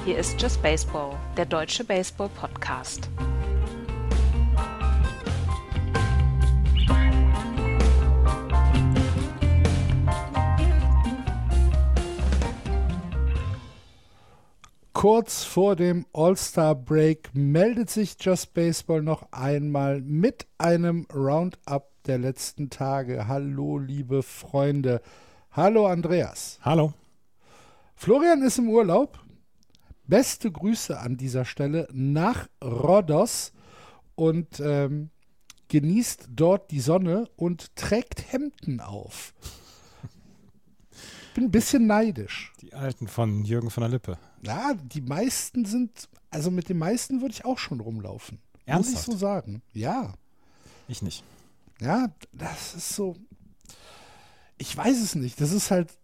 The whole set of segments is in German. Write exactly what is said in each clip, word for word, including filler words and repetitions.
Hier ist Just Baseball, der deutsche Baseball-Podcast. Kurz vor dem All-Star-Break meldet sich Just Baseball noch einmal mit einem Roundup der letzten Tage. Hallo, liebe Freunde. Hallo, Andreas. Hallo. Florian ist im Urlaub. Beste Grüße an dieser Stelle nach Rhodos und ähm, genießt dort die Sonne und trägt Hemden auf. Bin ein bisschen neidisch. Die alten von Jürgen von der Lippe. Ja, die meisten sind, also mit den meisten würde ich auch schon rumlaufen. Ernsthaft? Muss ich so sagen. Ja. Ich nicht. Ja, das ist so, ich weiß es nicht. Das ist halt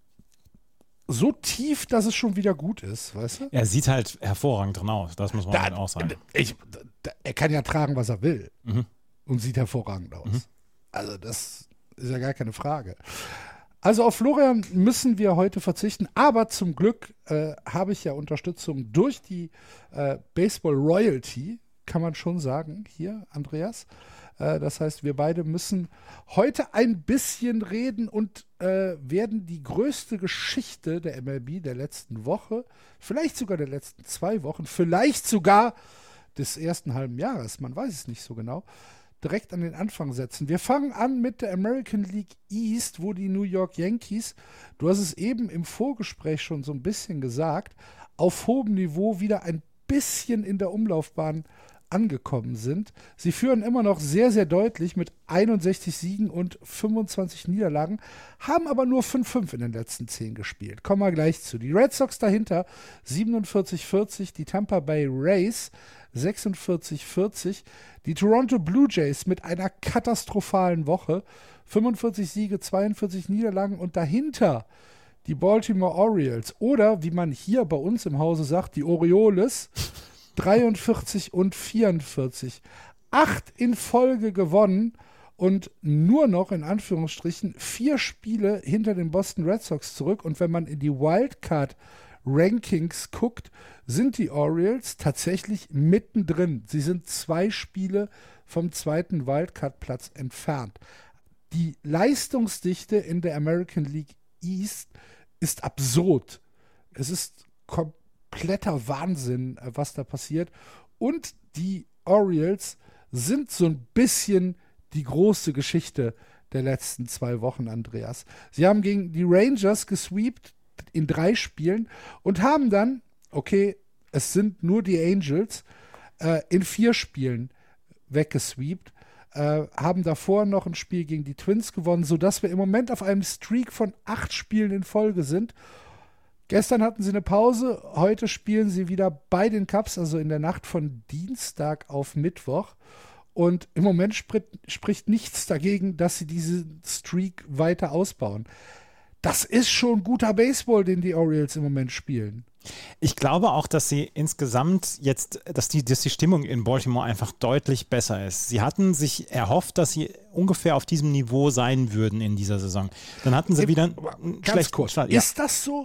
so tief, dass es schon wieder gut ist, weißt du? Er sieht halt hervorragend drin aus, das muss man Da, halt auch sagen. Ich, da, er kann ja tragen, was er will Mhm. und sieht hervorragend aus. Mhm. Also das ist ja gar keine Frage. Also auf Florian müssen wir heute verzichten, aber zum Glück äh, habe ich ja Unterstützung durch die äh, Baseball Royalty, kann man schon sagen, hier, Andreas. Äh, das heißt, wir beide müssen heute ein bisschen reden und äh, werden die größte Geschichte der M L B der letzten Woche, vielleicht sogar der letzten zwei Wochen, vielleicht sogar des ersten halben Jahres, man weiß es nicht so genau, direkt an den Anfang setzen. Wir fangen an mit der American League East, wo die New York Yankees, du hast es eben im Vorgespräch schon so ein bisschen gesagt, auf hohem Niveau wieder ein bisschen in der Umlaufbahn angekommen sind. Sie führen immer noch sehr, sehr deutlich mit einundsechzig Siegen und fünfundzwanzig Niederlagen, haben aber nur fünf fünf in den letzten zehn gespielt. Kommen wir gleich zu. Die Red Sox dahinter siebenundvierzig vierzig, die Tampa Bay Rays sechsundvierzig vierzig, die Toronto Blue Jays mit einer katastrophalen Woche, fünfundvierzig Siege, zweiundvierzig Niederlagen und dahinter die Baltimore Orioles oder, wie man hier bei uns im Hause sagt, die Orioles, dreiundvierzig und vierundvierzig. Acht in Folge gewonnen und nur noch in Anführungsstrichen vier Spiele hinter den Boston Red Sox zurück. Und wenn man in die Wildcard-Rankings guckt, sind die Orioles tatsächlich mittendrin. Sie sind zwei Spiele vom zweiten Wildcard-Platz entfernt. Die Leistungsdichte in der American League East ist absurd. Es ist kompletter Wahnsinn, was da passiert. Und die Orioles sind so ein bisschen die große Geschichte der letzten zwei Wochen, Andreas. Sie haben gegen die Rangers gesweept in drei Spielen und haben dann, okay, es sind nur die Angels, äh, in vier Spielen weggesweept, äh, haben davor noch ein Spiel gegen die Twins gewonnen, sodass wir im Moment auf einem Streak von acht Spielen in Folge sind. Gestern hatten sie eine Pause, heute spielen sie wieder bei den Cubs, also in der Nacht von Dienstag auf Mittwoch. Und im Moment spricht, spricht nichts dagegen, dass sie diesen Streak weiter ausbauen. Das ist schon guter Baseball, den die Orioles im Moment spielen. Ich glaube auch, dass sie insgesamt jetzt, dass die, dass die Stimmung in Baltimore einfach deutlich besser ist. Sie hatten sich erhofft, dass sie ungefähr auf diesem Niveau sein würden in dieser Saison. Dann hatten sie wieder einen schlechten Start. Ja. Ist das so?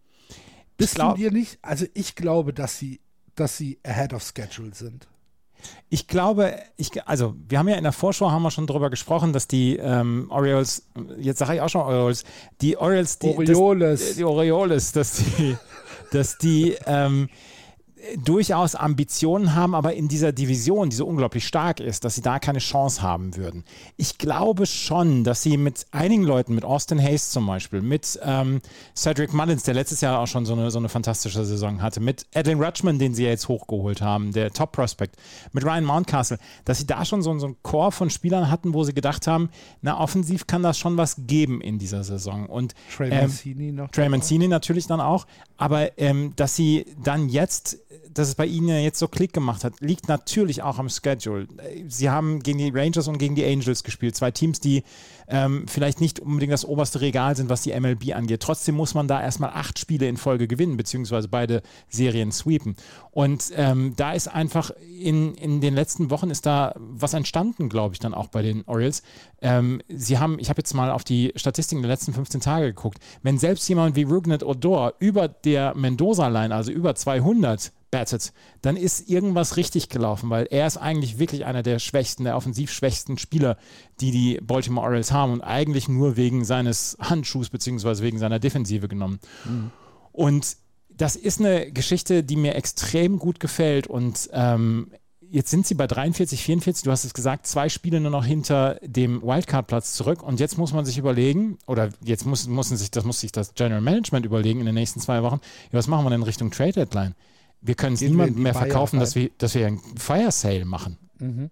Bist du dir nicht? Also ich glaube, dass sie, dass sie ahead of schedule sind. Ich glaube, ich, also wir haben ja in der Vorschau haben wir schon darüber gesprochen, dass die ähm, Orioles, jetzt sage ich auch schon Orioles, die Orioles, die Orioles, das, die Orioles, dass die, dass die ähm, durchaus Ambitionen haben, aber in dieser Division, die so unglaublich stark ist, dass sie da keine Chance haben würden. Ich glaube schon, dass sie mit einigen Leuten, mit Austin Hayes zum Beispiel, mit ähm, Cedric Mullins, der letztes Jahr auch schon so eine, so eine fantastische Saison hatte, mit Adley Rutschman, den sie ja jetzt hochgeholt haben, der Top-Prospect, mit Ryan Mountcastle, dass sie da schon so, so einen Chor von Spielern hatten, wo sie gedacht haben, na, offensiv kann das schon was geben in dieser Saison. Und Trey Mancini ähm, noch. Trey Mancini natürlich dann auch, aber ähm, dass sie dann jetzt dass es bei ihnen ja jetzt so Klick gemacht hat, liegt natürlich auch am Schedule. Sie haben gegen die Rangers und gegen die Angels gespielt. Zwei Teams, die ähm, vielleicht nicht unbedingt das oberste Regal sind, was die M L B angeht. Trotzdem muss man da erstmal acht Spiele in Folge gewinnen, beziehungsweise beide Serien sweepen. Und ähm, da ist einfach in, in den letzten Wochen ist da was entstanden, glaube ich, dann auch bei den Orioles. Ähm, sie haben, ich habe jetzt mal auf die Statistiken der letzten fünfzehn Tage geguckt, wenn selbst jemand wie Rougned Odor über der Mendoza-Line, also über zweihundert battet, dann ist irgendwas richtig gelaufen, weil er ist eigentlich wirklich einer der schwächsten, der offensiv schwächsten Spieler, die die Baltimore Orioles haben und eigentlich nur wegen seines Handschuhs beziehungsweise wegen seiner Defensive genommen. Mhm. Und das ist eine Geschichte, die mir extrem gut gefällt und ähm, jetzt sind sie bei dreiundvierzig, vierundvierzig, du hast es gesagt, zwei Spiele nur noch hinter dem Wildcard-Platz zurück und jetzt muss man sich überlegen, oder jetzt muss, muss sich, das muss sich das General Management überlegen in den nächsten zwei Wochen, ja, was machen wir denn Richtung Trade-Deadline? Wir können es niemandem mehr verkaufen, dass wir, dass wir einen Fire Sale machen. Mhm.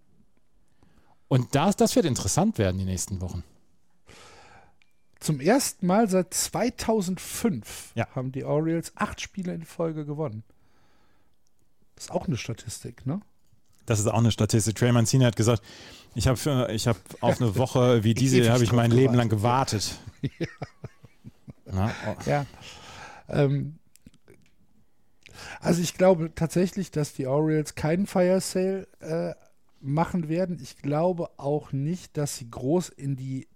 Und das, das wird interessant werden die nächsten Wochen. Zum ersten Mal seit zweitausendfünf ja. haben die Orioles acht Spiele in Folge gewonnen. Das ist auch eine Statistik, ne? Das ist auch eine Statistik. Trey Mancini hat gesagt, ich habe ich hab auf eine Woche wie diese habe ich mein Leben lang gewartet. Ja. Na, oh. ja. Ähm, also ich glaube tatsächlich, dass die Orioles keinen Fire Sale äh, machen werden. Ich glaube auch nicht, dass sie groß in die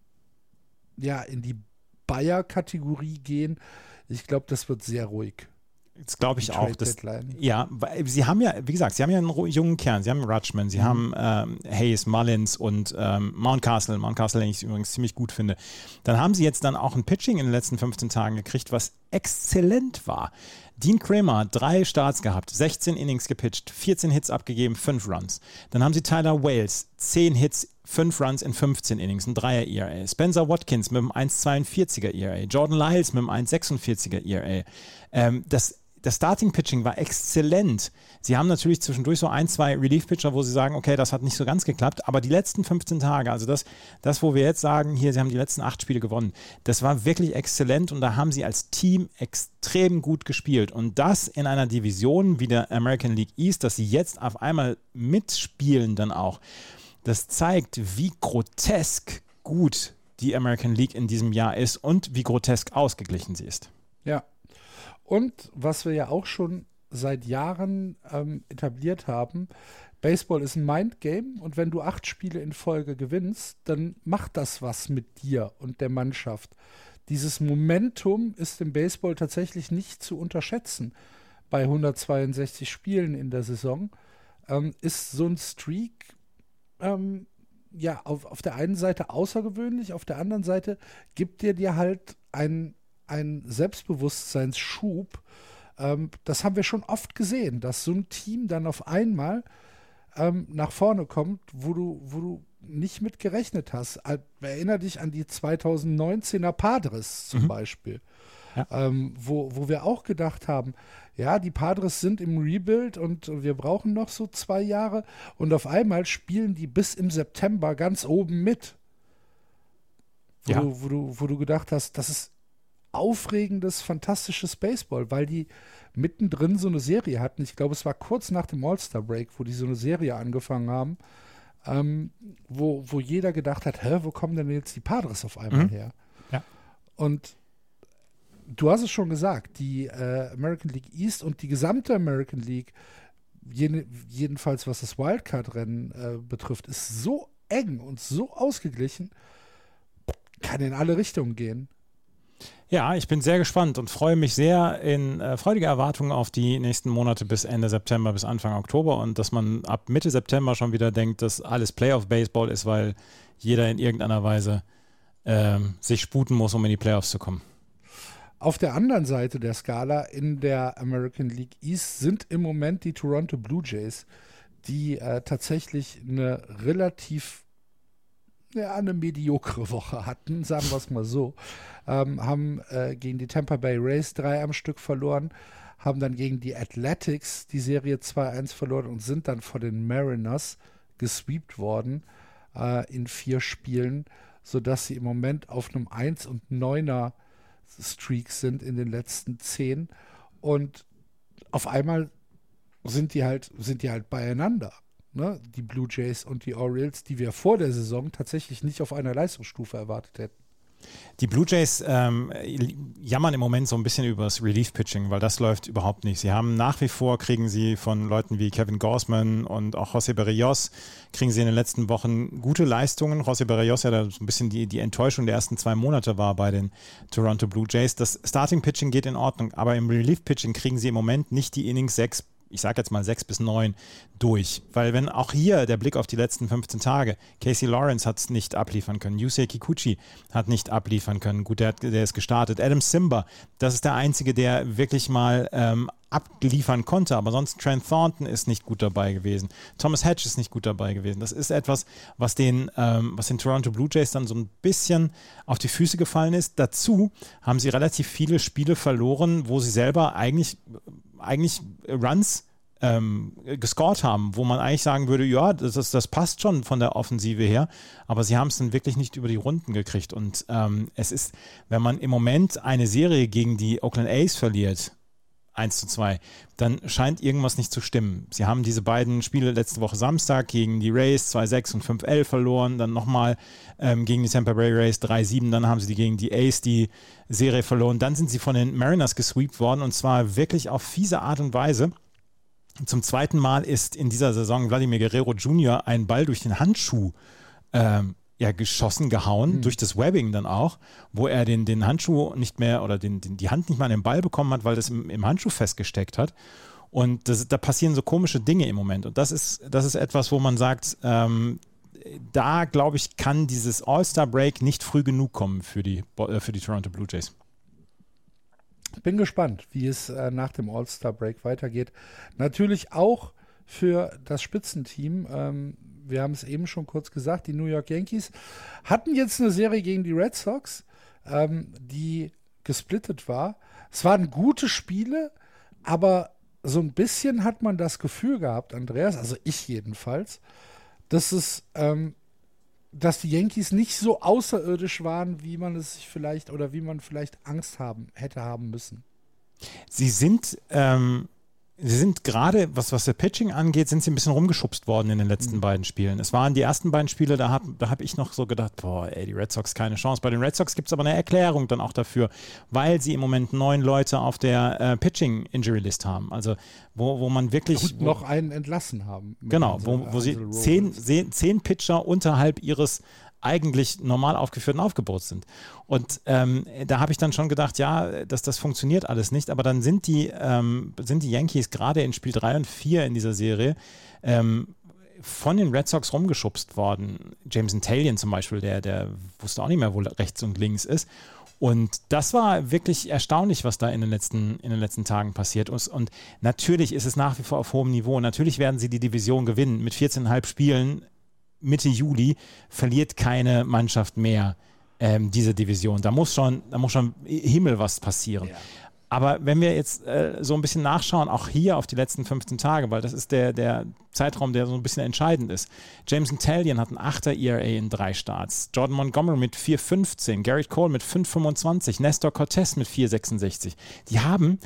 ja, in die Buyer-Kategorie gehen. Ich glaube, das wird sehr ruhig. Das glaube ich auch. Das, ja, weil sie haben ja, wie gesagt, sie haben ja einen jungen Kern. Sie haben Rutschman, sie mhm. haben ähm, Hayes, Mullins und ähm, Mountcastle. Mountcastle, den ich übrigens ziemlich gut finde. Dann haben sie jetzt dann auch ein Pitching in den letzten fünfzehn Tagen gekriegt, was exzellent war. Dean Kramer, drei Starts gehabt, sechzehn Innings gepitcht, vierzehn Hits abgegeben, fünf Runs. Dann haben sie Tyler Wales, zehn Hits, fünf Runs in fünfzehn Innings, ein Dreier-E R A. Spencer Watkins mit einem eins Komma zweiundvierziger E R A. Jordan Lyles mit einem eins Komma sechsundvierziger E R A. Ähm, das Das Starting-Pitching war exzellent. Sie haben natürlich zwischendurch so ein, zwei Relief-Pitcher, wo sie sagen, okay, das hat nicht so ganz geklappt, aber die letzten fünfzehn Tage, also das, das, wo wir jetzt sagen, hier, sie haben die letzten acht Spiele gewonnen, das war wirklich exzellent und da haben sie als Team extrem gut gespielt und das in einer Division wie der American League East, dass sie jetzt auf einmal mitspielen dann auch, das zeigt, wie grotesk gut die American League in diesem Jahr ist und wie grotesk ausgeglichen sie ist. Ja. Und was wir ja auch schon seit Jahren ähm, etabliert haben, Baseball ist ein Mindgame und wenn du acht Spiele in Folge gewinnst, dann macht das was mit dir und der Mannschaft. Dieses Momentum ist im Baseball tatsächlich nicht zu unterschätzen. Bei hundertzweiundsechzig Spielen in der Saison ähm, ist so ein Streak ähm, ja auf, auf der einen Seite außergewöhnlich, auf der anderen Seite gibt dir dir halt ein ein Selbstbewusstseinsschub. Ähm, das haben wir schon oft gesehen, dass so ein Team dann auf einmal ähm, nach vorne kommt, wo du, wo du nicht mit gerechnet hast. Äh, erinnere dich an die zweitausendneunzehner Padres zum mhm. Beispiel, ja. ähm, wo, wo wir auch gedacht haben, ja, die Padres sind im Rebuild und wir brauchen noch so zwei Jahre und auf einmal spielen die bis im September ganz oben mit. Wo, ja. du, wo, du, wo du gedacht hast, das ist aufregendes, fantastisches Baseball, weil die mittendrin so eine Serie hatten. Ich glaube, es war kurz nach dem All-Star-Break, wo die so eine Serie angefangen haben, ähm, wo, wo jeder gedacht hat, hä, wo kommen denn jetzt die Padres auf einmal mhm. her? Ja. Und du hast es schon gesagt, die äh, American League East und die gesamte American League, jene, jedenfalls was das Wildcard-Rennen äh, betrifft, ist so eng und so ausgeglichen, kann in alle Richtungen gehen. Ja, ich bin sehr gespannt und freue mich sehr in äh, freudiger Erwartung auf die nächsten Monate bis Ende September, bis Anfang Oktober und dass man ab Mitte September schon wieder denkt, dass alles Playoff-Baseball ist, weil jeder in irgendeiner Weise ähm, sich sputen muss, um in die Playoffs zu kommen. Auf der anderen Seite der Skala in der American League East sind im Moment die Toronto Blue Jays, die äh, tatsächlich eine relativ ja, eine mediokre Woche hatten, sagen wir es mal so, ähm, haben äh, gegen die Tampa Bay Rays drei am Stück verloren, haben dann gegen die Athletics die Serie zwei eins verloren und sind dann vor den Mariners gesweept worden äh, in vier Spielen, sodass sie im Moment auf einem eins und neuner Streak sind in den letzten zehn und auf einmal sind die halt, sind die halt beieinander. ne, die Blue Jays und die Orioles, die wir vor der Saison tatsächlich nicht auf einer Leistungsstufe erwartet hätten. Die Blue Jays ähm, jammern im Moment so ein bisschen über das Relief-Pitching, weil das läuft überhaupt nicht. Sie haben nach wie vor, kriegen sie von Leuten wie Kevin Gausman und auch José Berríos, kriegen sie in den letzten Wochen gute Leistungen. José Berríos, ja, da so ein bisschen die, die Enttäuschung der ersten zwei Monate war bei den Toronto Blue Jays. Das Starting-Pitching geht in Ordnung, aber im Relief-Pitching kriegen sie im Moment nicht die Innings sechs, ich sage jetzt mal sechs bis neun durch. Weil wenn auch hier der Blick auf die letzten fünfzehn Tage, Casey Lawrence hat es nicht abliefern können, Yusei Kikuchi hat nicht abliefern können, gut, der, hat, der ist gestartet, Adam Simber, das ist der Einzige, der wirklich mal ähm, abliefern konnte, aber sonst Trent Thornton ist nicht gut dabei gewesen, Thomas Hedge ist nicht gut dabei gewesen. Das ist etwas, was den, ähm, was den Toronto Blue Jays dann so ein bisschen auf die Füße gefallen ist. Dazu haben sie relativ viele Spiele verloren, wo sie selber eigentlich eigentlich Runs ähm, gescored haben, wo man eigentlich sagen würde, ja, das, ist, das passt schon von der Offensive her, aber sie haben es dann wirklich nicht über die Runden gekriegt und ähm, es ist, wenn man im Moment eine Serie gegen die Oakland A's verliert, eins zu zwei, dann scheint irgendwas nicht zu stimmen. Sie haben diese beiden Spiele letzte Woche Samstag gegen die Rays zwei sechs und fünf elf verloren, dann nochmal ähm, gegen die Tampa Bay Rays drei sieben, dann haben sie die gegen die A's die Serie verloren, dann sind sie von den Mariners gesweept worden und zwar wirklich auf fiese Art und Weise. Zum zweiten Mal ist in dieser Saison Vladimir Guerrero Junior ein Ball durch den Handschuh ähm, ja, geschossen, gehauen, mhm. durch das Webbing dann auch, wo er den, den Handschuh nicht mehr oder den, den, die Hand nicht mehr an den Ball bekommen hat, weil das im, im Handschuh festgesteckt hat. Und das, da passieren so komische Dinge im Moment. Und das ist, das ist etwas, wo man sagt, ähm, da, glaube ich, kann dieses All-Star-Break nicht früh genug kommen für die, äh, für die Toronto Blue Jays. Bin gespannt, wie es äh, nach dem All-Star-Break weitergeht. Natürlich auch für das Spitzenteam. Ähm, wir haben es eben schon kurz gesagt, die New York Yankees hatten jetzt eine Serie gegen die Red Sox, ähm, die gesplittet war. Es waren gute Spiele, aber so ein bisschen hat man das Gefühl gehabt, Andreas, also ich jedenfalls, dass es, ähm, dass die Yankees nicht so außerirdisch waren, wie man es sich vielleicht oder wie man vielleicht Angst haben hätte haben müssen. Sie sind ähm Sie sind gerade, was, was der Pitching angeht, sind sie ein bisschen rumgeschubst worden in den letzten mhm. beiden Spielen. Es waren die ersten beiden Spiele, da habe da hab ich noch so gedacht, boah, ey, die Red Sox, keine Chance. Bei den Red Sox gibt es aber eine Erklärung dann auch dafür, weil sie im Moment neun Leute auf der äh, Pitching-Injury-List haben. Also wo, wo man wirklich... Und noch einen entlassen haben. Genau, wo, wo sie zehn, zehn Pitcher unterhalb ihres eigentlich normal aufgeführten Aufgebots sind. Und ähm, da habe ich dann schon gedacht, ja, dass das funktioniert alles nicht, aber dann sind die, ähm, sind die Yankees gerade in Spiel drei und vier in dieser Serie ähm, von den Red Sox rumgeschubst worden. Jameson Taillon zum Beispiel, der, der wusste auch nicht mehr, wo rechts und links ist. Und das war wirklich erstaunlich, was da in den letzten, in den letzten Tagen passiert ist. Und natürlich ist es nach wie vor auf hohem Niveau. Natürlich werden sie die Division gewinnen. Mit vierzehn Komma fünf Spielen Mitte Juli verliert keine Mannschaft mehr ähm, diese Division. Da muss schon, da muss schon Himmel was passieren. Ja. Aber wenn wir jetzt äh, so ein bisschen nachschauen, auch hier auf die letzten fünfzehn Tage, weil das ist der, der Zeitraum, der so ein bisschen entscheidend ist. Jameson Taillon hat einen achter E R A in drei Starts. Jordan Montgomery mit vier Komma fünfzehn, Garrett Cole mit fünf Komma fünfundzwanzig, Nestor Cortez mit vier Komma sechsundsechzig. Die haben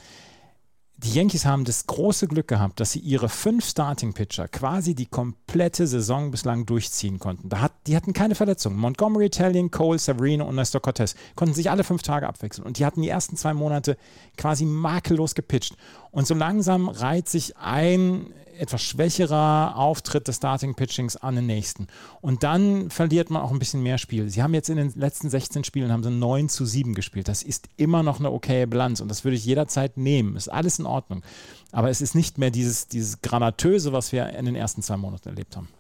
Die Yankees haben das große Glück gehabt, dass sie ihre fünf Starting-Pitcher quasi die komplette Saison bislang durchziehen konnten. Da hat, die hatten keine Verletzungen. Montgomery, Taillon, Cole, Severino und Nestor Cortez konnten sich alle fünf Tage abwechseln. Und die hatten die ersten zwei Monate quasi makellos gepitcht. Und so langsam reiht sich ein etwas schwächerer Auftritt des Starting-Pitchings an den nächsten. Und dann verliert man auch ein bisschen mehr Spiel. Sie haben jetzt in den letzten sechzehn Spielen haben sie neun zu sieben gespielt. Das ist immer noch eine okaye Bilanz und das würde ich jederzeit nehmen. Ist alles in Ordnung. Aber es ist nicht mehr dieses, dieses Granatöse, was wir in den ersten zwei Monaten erlebt haben.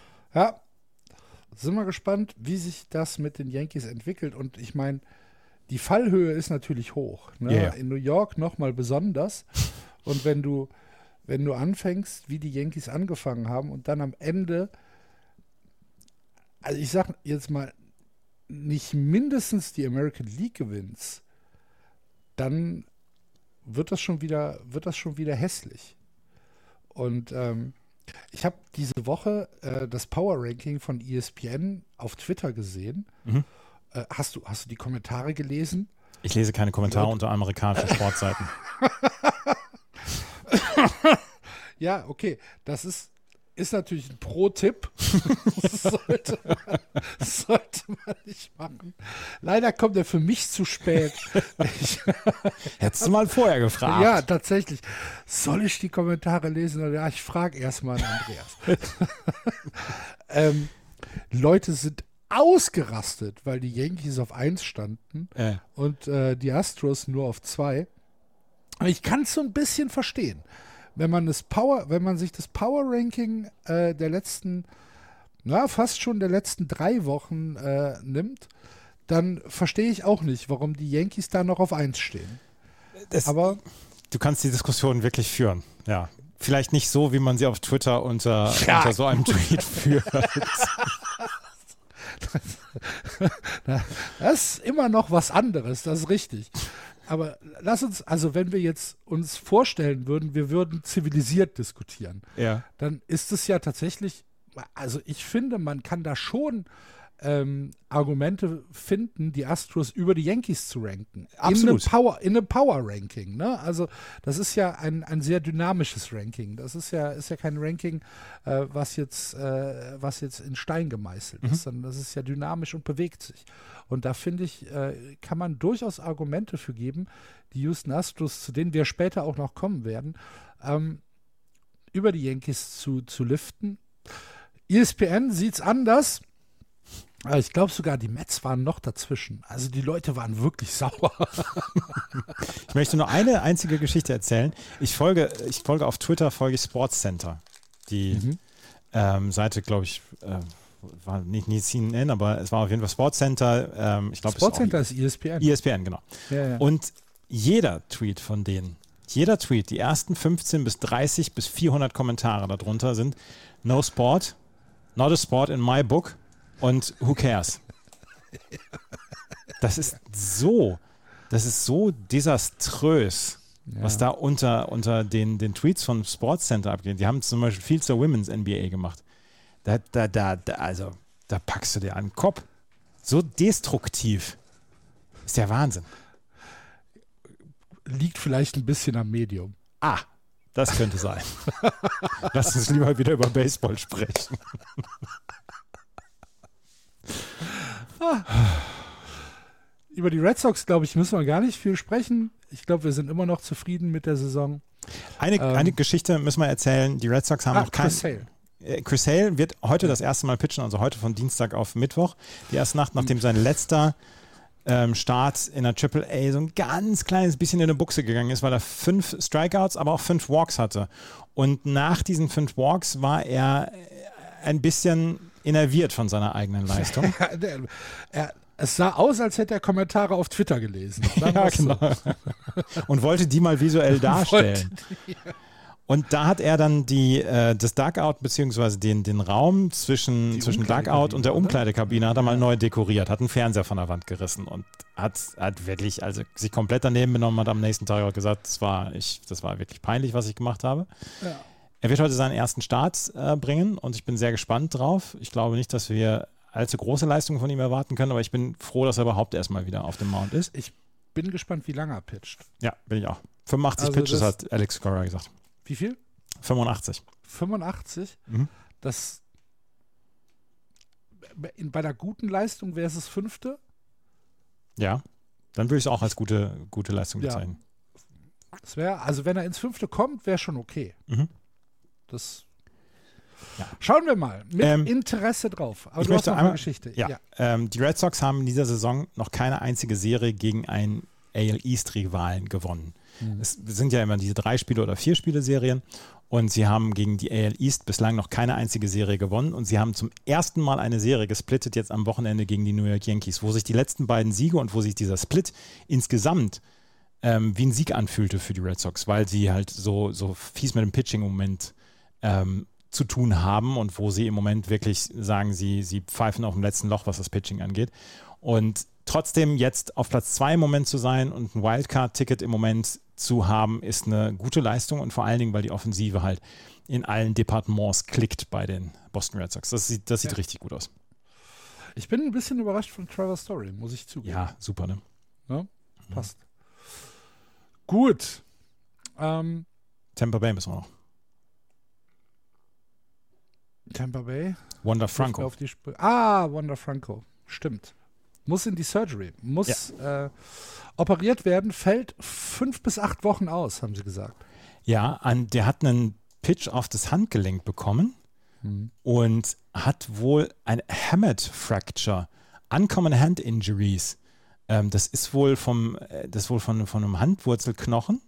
Ja, sind wir gespannt, wie sich das mit den Yankees entwickelt. Und ich meine, die Fallhöhe ist natürlich hoch. Ne? Yeah. In New York nochmal besonders. Und wenn du Wenn du anfängst, wie die Yankees angefangen haben und dann am Ende, also ich sag jetzt mal, nicht mindestens die American League gewinnst, dann wird das schon wieder, wird das schon wieder hässlich. Und ähm, ich habe diese Woche äh, das Power Ranking von E S P N auf Twitter gesehen. Mhm. Äh, hast du, hast du die Kommentare gelesen? Ich lese keine Kommentare ja. unter amerikanischen Sportseiten. Ja, okay. Das ist, ist natürlich ein Pro-Tipp. sollte, man, sollte man nicht machen. Leider kommt er für mich zu spät. Ich, Hättest du mal vorher gefragt. Ja, tatsächlich. Soll ich die Kommentare lesen? Oder ja, ich frage erstmal Andreas. ähm, Leute sind ausgerastet, weil die Yankees auf eins standen äh. und äh, die Astros nur auf zwei. Aber ich kann es so ein bisschen verstehen. Wenn man das Power, wenn man sich das Power-Ranking äh, der letzten, na, fast schon der letzten drei Wochen äh, nimmt, dann verstehe ich auch nicht, warum die Yankees da noch auf eins stehen. Das, Aber du kannst die Diskussion wirklich führen, ja. Vielleicht nicht so, wie man sie auf Twitter unter, ja, unter so einem Tweet führt. Das ist immer noch was anderes, das ist richtig. Aber lass uns, also wenn wir jetzt uns vorstellen würden, wir würden zivilisiert diskutieren, ja. dann ist es ja tatsächlich, also ich finde, man kann da schon ähm, Argumente finden, die Astros über die Yankees zu ranken. Absolut. In einem Power, in einem Power-Ranking, ne? Also das ist ja ein, ein sehr dynamisches Ranking. Das ist ja, ist ja kein Ranking, äh, was jetzt, äh, was jetzt in Stein gemeißelt Mhm. ist, sondern das ist ja dynamisch und bewegt sich. Und da finde ich, äh, kann man durchaus Argumente für geben, die Houston Astros, zu denen wir später auch noch kommen werden, ähm, über die Yankees zu, zu liften. E S P N sieht es anders. Aber ich glaube sogar, die Mets waren noch dazwischen. Also die Leute waren wirklich sauer. Ich möchte nur eine einzige Geschichte erzählen. Ich folge, ich folge auf Twitter, folge ich SportsCenter. Die Mhm. ähm, Seite, glaube ich, äh, war nicht, nicht C N N, aber es war auf jeden Fall SportsCenter. Ähm, ich glaub, SportsCenter ist, ist E S P N. E S P N, genau. Ja, ja. Und jeder Tweet von denen, jeder Tweet, die ersten fünfzehn bis dreißig bis vierhundert Kommentare darunter sind No Sport, not a sport in my book und who cares? Das ist so, das ist so desaströs, Ja. was da unter, unter den, den Tweets von SportsCenter abgeht. Die haben zum Beispiel viel zur Women's N B A gemacht. Da, da, da, da, also, da packst du dir an den Kopf. So destruktiv. Ist ja Wahnsinn. Liegt vielleicht ein bisschen am Medium. Ah, das könnte sein. Lass uns lieber wieder über Baseball sprechen. Über die Red Sox, glaube ich, müssen wir gar nicht viel sprechen. Ich glaube, wir sind immer noch zufrieden mit der Saison. Eine, Ähm, eine Geschichte müssen wir erzählen. Die Red Sox haben Ah, noch kein... Chris Sale. Äh, Chris Sale wird heute das erste Mal pitchen, also heute von Dienstag auf Mittwoch. Die erste Nacht, nachdem sein letzter ähm, Start in der Triple A so ein ganz kleines bisschen in eine Buchse gegangen ist, weil er fünf Strikeouts, aber auch fünf Walks hatte. Und nach diesen fünf Walks war er ein bisschen innerviert von seiner eigenen Leistung. Der- er, es sah aus, als hätte er Kommentare auf Twitter gelesen. Sagen Ja, wir's so. genau. Und wollte die mal visuell darstellen. Und da hat er dann die, äh, das Dugout beziehungsweise den, den Raum zwischen, Die zwischen Dugout Umkleidekabine, und der oder? Umkleidekabine hat er mal neu dekoriert, hat einen Fernseher von der Wand gerissen und hat, hat wirklich, also sich komplett daneben benommen, hat am nächsten Tag auch gesagt, das war, ich, das war wirklich peinlich, was ich gemacht habe. Ja. Er wird heute seinen ersten Start äh, bringen und ich bin sehr gespannt drauf. Ich glaube nicht, dass wir allzu große Leistungen von ihm erwarten können, aber ich bin froh, dass er überhaupt erstmal wieder auf dem Mount ist. Ich bin gespannt, wie lange er pitcht. Ja, bin ich auch. fünfundachtzig Also Pitches das- hat Alex Cora gesagt. Wie viel? fünfundachtzig. fünfundachtzig? Mhm. Das in, bei einer guten Leistung wäre es das fünfte. Ja, dann würde ich es auch als gute, gute Leistung Ja. bezeichnen. Das wäre, also wenn er ins fünfte kommt, wäre schon okay. Mhm. Das Ja. schauen wir mal. Mit Ähm, Interesse drauf. Aber ich du hast möchte noch einmal- eine Geschichte. Ja, Ähm, die Red Sox haben in dieser Saison noch keine einzige Serie gegen einen A L East-Rivalen gewonnen. Mhm. Es sind ja immer diese drei Spiele oder vier Spiele Serien und sie haben gegen die A L East bislang noch keine einzige Serie gewonnen und sie haben zum ersten Mal eine Serie gesplittet jetzt am Wochenende gegen die New York Yankees, wo sich die letzten beiden Siege und wo sich dieser Split insgesamt ähm, wie ein Sieg anfühlte für die Red Sox, weil sie halt so, so fies mit dem Pitching im Moment ähm, zu tun haben und wo sie im Moment wirklich sagen, sie, sie pfeifen auf dem letzten Loch, was das Pitching angeht. Und trotzdem jetzt auf Platz zwei im Moment zu sein und ein Wildcard-Ticket im Moment zu haben, ist eine gute Leistung und vor allen Dingen, weil die Offensive halt in allen Departements klickt bei den Boston Red Sox. Das sieht, das sieht Ja. richtig gut aus. Ich bin ein bisschen überrascht von Trevor Story, muss ich zugeben. Ja, super, ne? Ne? Passt. Gut. Ähm, Tampa Bay müssen wir noch. Tampa Bay? Wander Franco. Auf die Sp- ah, Wander Franco. Stimmt. Muss in die Surgery. Muss ja. äh, operiert werden. Fällt fünf bis acht Wochen aus, haben sie gesagt. Ja, an, der hat einen Pitch auf das Handgelenk bekommen mhm. und hat wohl ein Hamate Fracture. Uncommon Hand Injuries. Ähm, das ist wohl vom, das ist wohl von, von einem Handwurzelknochen.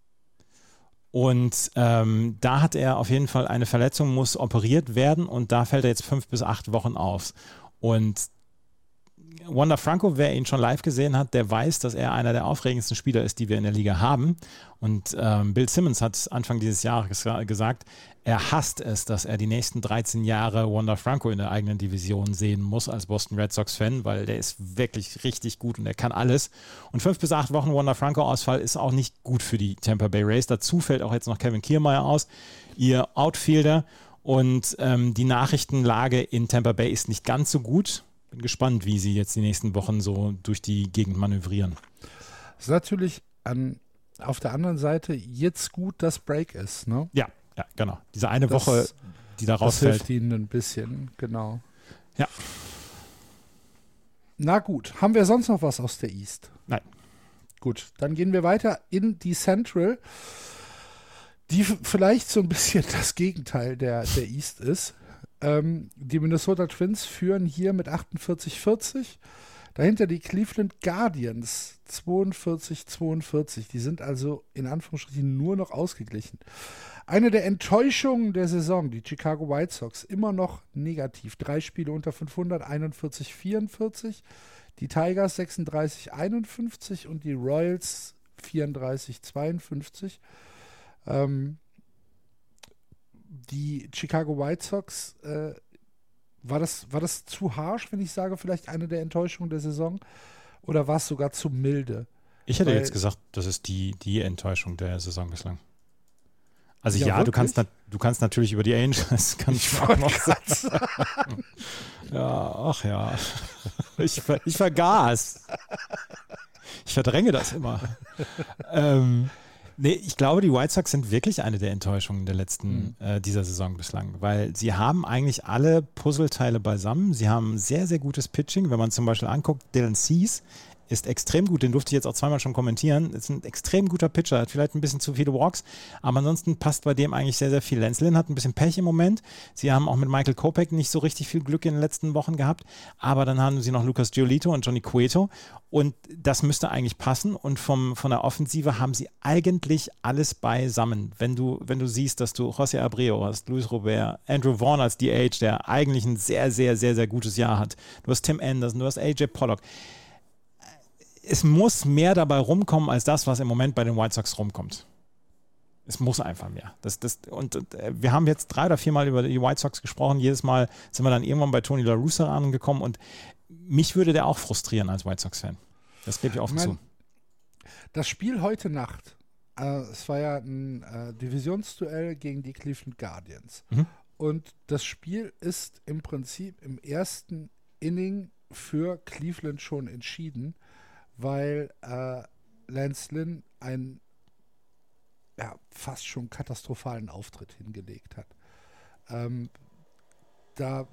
Und ähm, da hat er auf jeden Fall eine Verletzung, muss operiert werden und da fällt er jetzt fünf bis acht Wochen aus. Und Wander Franco, wer ihn schon live gesehen hat, der weiß, dass er einer der aufregendsten Spieler ist, die wir in der Liga haben. Und ähm, Bill Simmons hat Anfang dieses Jahres gesagt, er hasst es, dass er die nächsten dreizehn Jahre Wander Franco in der eigenen Division sehen muss als Boston Red Sox-Fan, weil der ist wirklich richtig gut und er kann alles. Und fünf bis acht Wochen Wander Franco-Ausfall ist auch nicht gut für die Tampa Bay Rays. Dazu fällt auch jetzt noch Kevin Kiermaier aus, ihr Outfielder. Und ähm, die Nachrichtenlage in Tampa Bay ist nicht ganz so gut. Bin gespannt, wie sie jetzt die nächsten Wochen so durch die Gegend manövrieren. Das ist natürlich an, auf der anderen Seite jetzt gut, dass Break ist, ne? Ja, ja, genau. Diese eine das, Woche, die da rausfällt. Das hilft ihnen ein bisschen, genau. Ja. Na gut, haben wir sonst noch was aus der East? Nein. Gut, dann gehen wir weiter in die Central, die f- vielleicht so ein bisschen das Gegenteil der, der East ist. Ähm, die Minnesota Twins führen hier mit achtundvierzig vierzig. Dahinter die Cleveland Guardians zweiundvierzig zweiundvierzig. Die sind also in Anführungsstrichen nur noch ausgeglichen. Eine der Enttäuschungen der Saison, die Chicago White Sox, immer noch negativ. Drei Spiele unter fünfhundert, einundvierzig vierundvierzig. Die Tigers sechsunddreißig einundfünfzig und die Royals vierunddreißig zweiundfünfzig. Ähm, Die Chicago White Sox, äh, war das, war das zu harsch, wenn ich sage, vielleicht eine der Enttäuschungen der Saison? Oder war es sogar zu milde? Ich hätte Weil, jetzt gesagt, das ist die, die Enttäuschung der Saison bislang. Also ja, ja, du kannst, du kannst natürlich über die Angels, kannst ich auch noch sagen. Ja, ach ja. Ich, ver, ich vergaß. Ich verdränge das immer. ähm, Nee, ich glaube, die White Sox sind wirklich eine der Enttäuschungen der letzten, mhm. äh, dieser Saison bislang, weil sie haben eigentlich alle Puzzleteile beisammen. Sie haben sehr, sehr gutes Pitching. Wenn man zum Beispiel anguckt, Dylan Cease ist extrem gut, den durfte ich jetzt auch zweimal schon kommentieren, ist ein extrem guter Pitcher, hat vielleicht ein bisschen zu viele Walks, aber ansonsten passt bei dem eigentlich sehr, sehr viel. Lance Lynn hat ein bisschen Pech im Moment. Sie haben auch mit Michael Kopech nicht so richtig viel Glück in den letzten Wochen gehabt, aber dann haben sie noch Lucas Giolito und Johnny Cueto und das müsste eigentlich passen und vom, von der Offensive haben sie eigentlich alles beisammen. Wenn du, wenn du siehst, dass du José Abreu hast, Luis Robert, Andrew Vaughn als D H, der eigentlich ein sehr, sehr, sehr, sehr gutes Jahr hat. Du hast Tim Anderson, du hast A J Pollock. Es muss mehr dabei rumkommen, als das, was im Moment bei den White Sox rumkommt. Es muss einfach mehr. Das, das, und, und wir haben jetzt drei oder viermal über die White Sox gesprochen. Jedes Mal sind wir dann irgendwann bei Tony La Russa angekommen und mich würde der auch frustrieren als White Sox-Fan. Das gebe ich offen ich mein, zu. Das Spiel heute Nacht, äh, es war ja ein äh, Divisionsduell gegen die Cleveland Guardians. Mhm. Und das Spiel ist im Prinzip im ersten Inning für Cleveland schon entschieden, weil äh, Lance Lynn einen ja, fast schon katastrophalen Auftritt hingelegt hat. Ähm, da,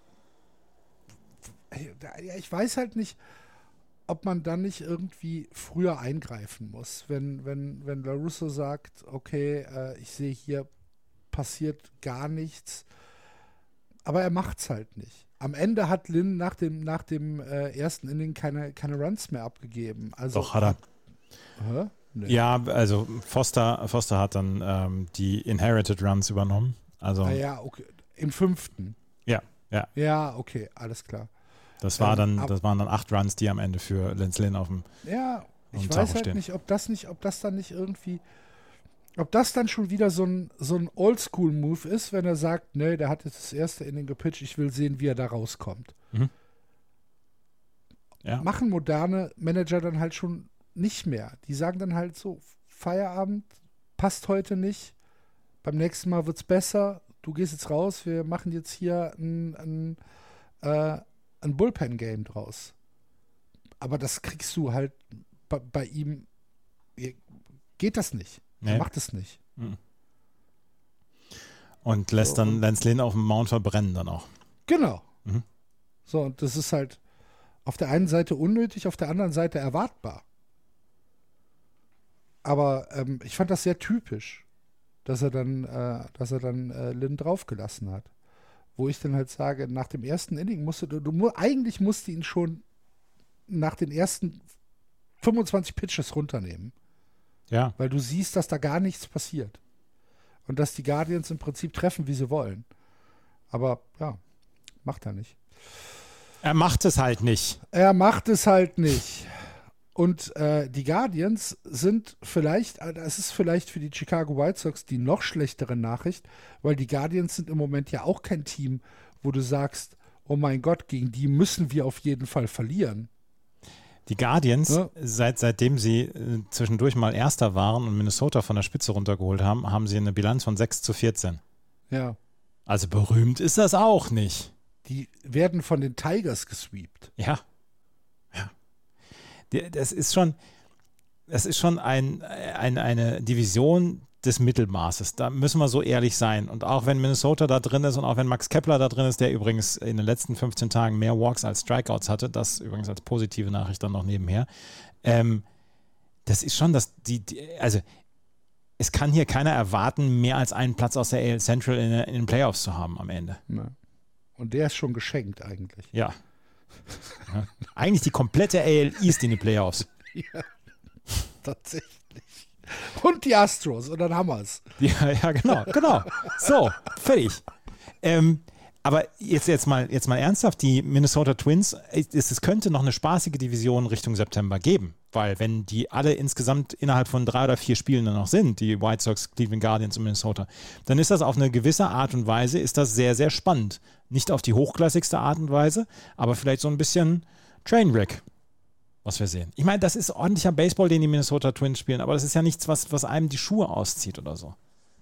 ja, ich weiß halt nicht, ob man dann nicht irgendwie früher eingreifen muss. Wenn, wenn, wenn La Russa sagt, okay, äh, ich sehe hier passiert gar nichts, aber er macht's halt nicht. Am Ende hat Lynn nach dem, nach dem äh, ersten Inning keine, keine Runs mehr abgegeben. Also, Doch, hat er. Hä? Nee. Ja, also Foster, Foster hat dann ähm, die Inherited Runs übernommen. Also, ah, ja, okay. Im fünften. Ja, ja. Ja, okay, alles klar. Das, war ähm, dann, das waren dann acht Runs, die am Ende für Lance Lynn auf dem Ja, ich auf dem weiß Tacho halt stehen. nicht, ob das nicht, ob das dann nicht irgendwie, ob das dann schon wieder so ein, so ein Oldschool-Move ist, wenn er sagt, nee, der hat jetzt das erste Inning gepitcht, ich will sehen, wie er da rauskommt. Mhm. Ja. Machen moderne Manager dann halt schon nicht mehr. Die sagen dann halt so, Feierabend, passt heute nicht, beim nächsten Mal wird's besser, du gehst jetzt raus, wir machen jetzt hier ein, ein, äh, ein Bullpen-Game draus. Aber das kriegst du halt bei, bei ihm, geht das nicht. Nee. Er macht es nicht. Und lässt So, dann und- Lance Lynn auf dem Mount verbrennen dann auch. Genau. Mhm. So, und das ist halt auf der einen Seite unnötig, auf der anderen Seite erwartbar. Aber ähm, ich fand das sehr typisch, dass er dann, äh, dass er dann äh, Lynn draufgelassen hat. Wo ich dann halt sage, nach dem ersten Inning musste du, du mu- eigentlich musste ihn schon nach den ersten fünfundzwanzig Pitches runternehmen. Ja. Weil du siehst, dass da gar nichts passiert. Und dass die Guardians im Prinzip treffen, wie sie wollen. Aber ja, macht er nicht. Er macht es halt nicht. Er macht es halt nicht. Und äh, die Guardians sind vielleicht, äh, das ist vielleicht für die Chicago White Sox die noch schlechtere Nachricht, weil die Guardians sind im Moment ja auch kein Team, wo du sagst, oh mein Gott, gegen die müssen wir auf jeden Fall verlieren. Die Guardians, Ja. seit, seitdem sie äh, zwischendurch mal Erster waren und Minnesota von der Spitze runtergeholt haben, haben sie eine Bilanz von sechs zu vierzehn. Ja. Also berühmt ist das auch nicht. Die werden von den Tigers gesweept. Ja. Ja. Die- Das ist schon, das ist schon ein, ein, eine Division des Mittelmaßes. Da müssen wir so ehrlich sein. Und auch wenn Minnesota da drin ist und auch wenn Max Kepler da drin ist, der übrigens in den letzten fünfzehn Tagen mehr Walks als Strikeouts hatte, das übrigens als positive Nachricht dann noch nebenher, ähm, das ist schon das, die, die, also es kann hier keiner erwarten, mehr als einen Platz aus der A L Central in, in den Playoffs zu haben am Ende. Ja. Und der ist schon geschenkt eigentlich. Ja. ja. Eigentlich die komplette A L East in die Playoffs. Ja, tatsächlich. Und die Astros und dann haben wir es. Ja, ja, genau, genau. So, fertig. Ähm, aber jetzt, jetzt, mal, jetzt mal ernsthaft, die Minnesota Twins, es, es könnte noch eine spaßige Division Richtung September geben, weil wenn die alle insgesamt innerhalb von drei oder vier Spielen dann noch sind, die White Sox, Cleveland Guardians und Minnesota, dann ist das auf eine gewisse Art und Weise, ist das sehr, sehr spannend. Nicht auf die hochklassigste Art und Weise, aber vielleicht so ein bisschen Trainwreck, was wir sehen. Ich meine, das ist ordentlicher Baseball, den die Minnesota Twins spielen, aber das ist ja nichts, was, was einem die Schuhe auszieht oder so.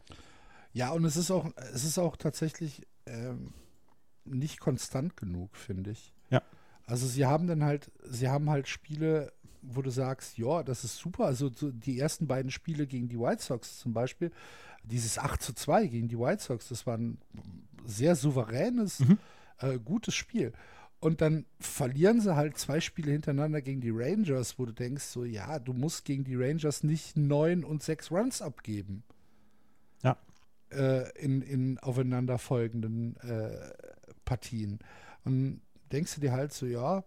Ja, und es ist auch, es ist auch tatsächlich ähm, nicht konstant genug, finde ich. Ja. Also sie haben dann halt, sie haben halt Spiele, wo du sagst, ja, das ist super. Also so die ersten beiden Spiele gegen die White Sox zum Beispiel, dieses acht zu zwei gegen die White Sox, das war ein sehr souveränes, Mhm. äh, gutes Spiel. Und dann verlieren sie halt zwei Spiele hintereinander gegen die Rangers, wo du denkst, so, ja, du musst gegen die Rangers nicht neun und sechs Runs abgeben. Ja. Äh, in, in aufeinanderfolgenden äh, Partien. Und denkst du dir halt so, ja,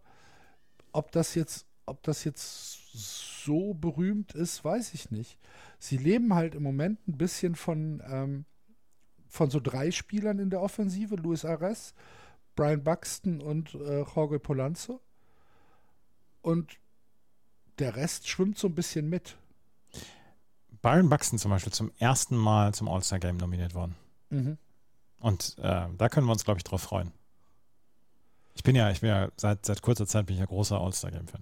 ob das jetzt, ob das jetzt so berühmt ist, weiß ich nicht. Sie leben halt im Moment ein bisschen von, ähm, von so drei Spielern in der Offensive, Luis Arraez, Brian Buxton und äh, Jorge Polanco. Und der Rest schwimmt so ein bisschen mit. Byron Buxton zum Beispiel zum ersten Mal zum All-Star-Game nominiert worden. Mhm. Und äh, da können wir uns, glaube ich, drauf freuen. Ich bin ja, ich bin ja seit, seit kurzer Zeit bin ich ja großer All-Star-Game-Fan.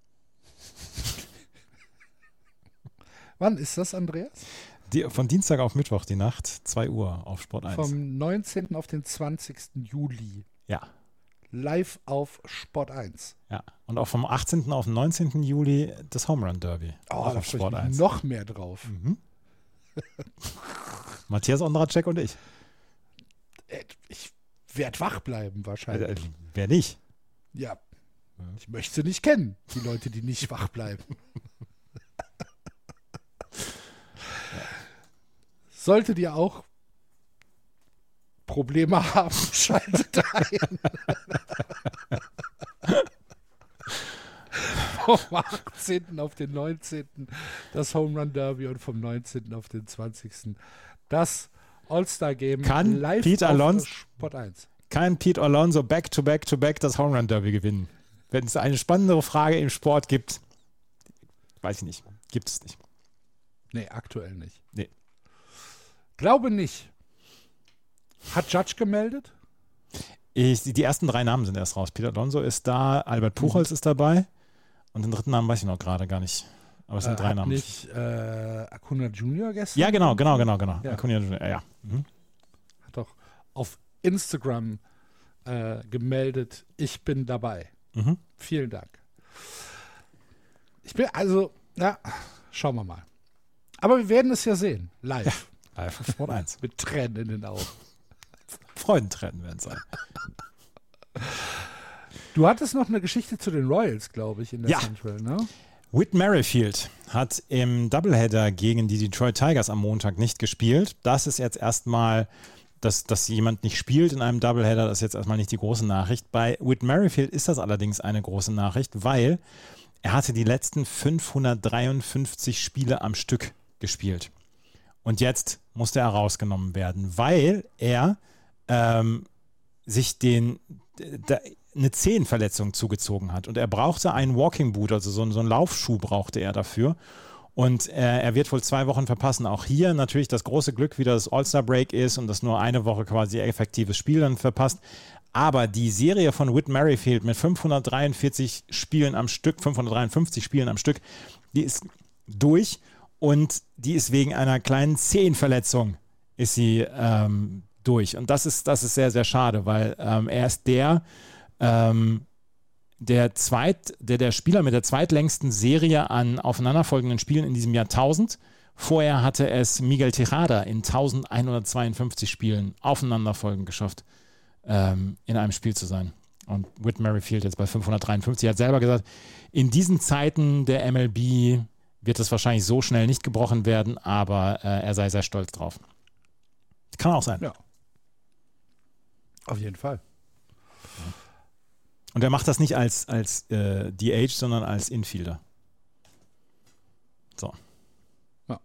Wann ist das, Andreas? Die, von Dienstag auf Mittwoch, die Nacht, zwei Uhr auf Sport eins. Vom neunzehnten auf den zwanzigsten Juli. Ja, Live auf Sport eins. ja. Und auch vom achtzehnten auf den neunzehnten Juli das Home Run Derby. Oh, auch da auf freue Sport ich mich eins. noch mehr drauf. Mhm. Matthias Ondracek und ich. Äh, Ich werde wach bleiben Also, wahrscheinlich. äh, wer nicht? Ja. Ich möchte sie nicht kennen, die Leute, die nicht wach bleiben. Solltet ihr auch Probleme haben, schaltet ein. Vom achtzehnten auf den neunzehnten das Home Run Derby und vom neunzehnten auf den zwanzigsten das All-Star Game Kann live Pete auf Alonso- Sport eins. Kann Pete Alonso back-to-back-to-back das Home Run Derby gewinnen? Wenn es eine spannendere Frage im Sport gibt, weiß ich nicht. Gibt es nicht. Nee, aktuell nicht. Nee. Glaube nicht. Hat Judge gemeldet? Ich, die ersten drei Namen sind erst raus. Pete Alonso ist da, Albert Puchholz ist dabei und den dritten Namen weiß ich noch gerade gar nicht. Aber es sind Äh, drei hat Namen. nicht äh, Acuna Junior gestern? Ja, genau, genau, genau, genau. Ja. Acuna Junior, ja, ja. Mhm. Hat doch auf Instagram äh, gemeldet, ich bin dabei. Mhm. Vielen Dank. Ich bin, also, ja, schauen wir mal. Aber wir werden es ja sehen, live, Live auf Sport eins. mit Tränen in den Augen. Freudentränen werden sein. Du hattest noch eine Geschichte zu den Royals, glaube ich, in der ja. Central, ne? Whit Merrifield hat im Doubleheader gegen die Detroit Tigers am Montag nicht gespielt. Das ist jetzt erstmal, dass, dass jemand nicht spielt in einem Doubleheader, das ist jetzt erstmal nicht die große Nachricht. Bei Whit Merrifield ist das allerdings eine große Nachricht, weil er hatte die letzten fünfhundertdreiundfünfzig Spiele am Stück gespielt. Und jetzt musste er rausgenommen werden, weil er ähm, sich den... Da, eine Zehenverletzung zugezogen hat und er brauchte einen Walking Boot, also so, so einen Laufschuh brauchte er dafür und äh, er wird wohl zwei Wochen verpassen. Auch hier natürlich das große Glück, wie das All-Star-Break ist und das nur eine Woche quasi effektives Spiel dann verpasst, aber die Serie von Whit Merrifield mit fünfhundertdreiundvierzig Spielen am Stück, fünfhundertdreiundfünfzig Spielen am Stück, die ist durch und die ist wegen einer kleinen Zehenverletzung ist sie ähm, durch und das ist, das ist sehr, sehr schade, weil ähm, er ist der Ähm, der, Zweit, der, der Spieler mit der zweitlängsten Serie an aufeinanderfolgenden Spielen in diesem Jahrtausend. Vorher hatte es Miguel Tejada in elfhundertzweiundfünfzig Spielen aufeinanderfolgend geschafft, ähm, in einem Spiel zu sein. Und Whit Merrifield jetzt bei fünfhundertdreiundfünfzig hat selber gesagt, in diesen Zeiten der M L B wird es wahrscheinlich so schnell nicht gebrochen werden, aber äh, er sei sehr stolz drauf. Kann auch sein. Ja. Auf jeden Fall. Ja. Und er macht das nicht als, als äh, D H, sondern als Infielder. So. Ja.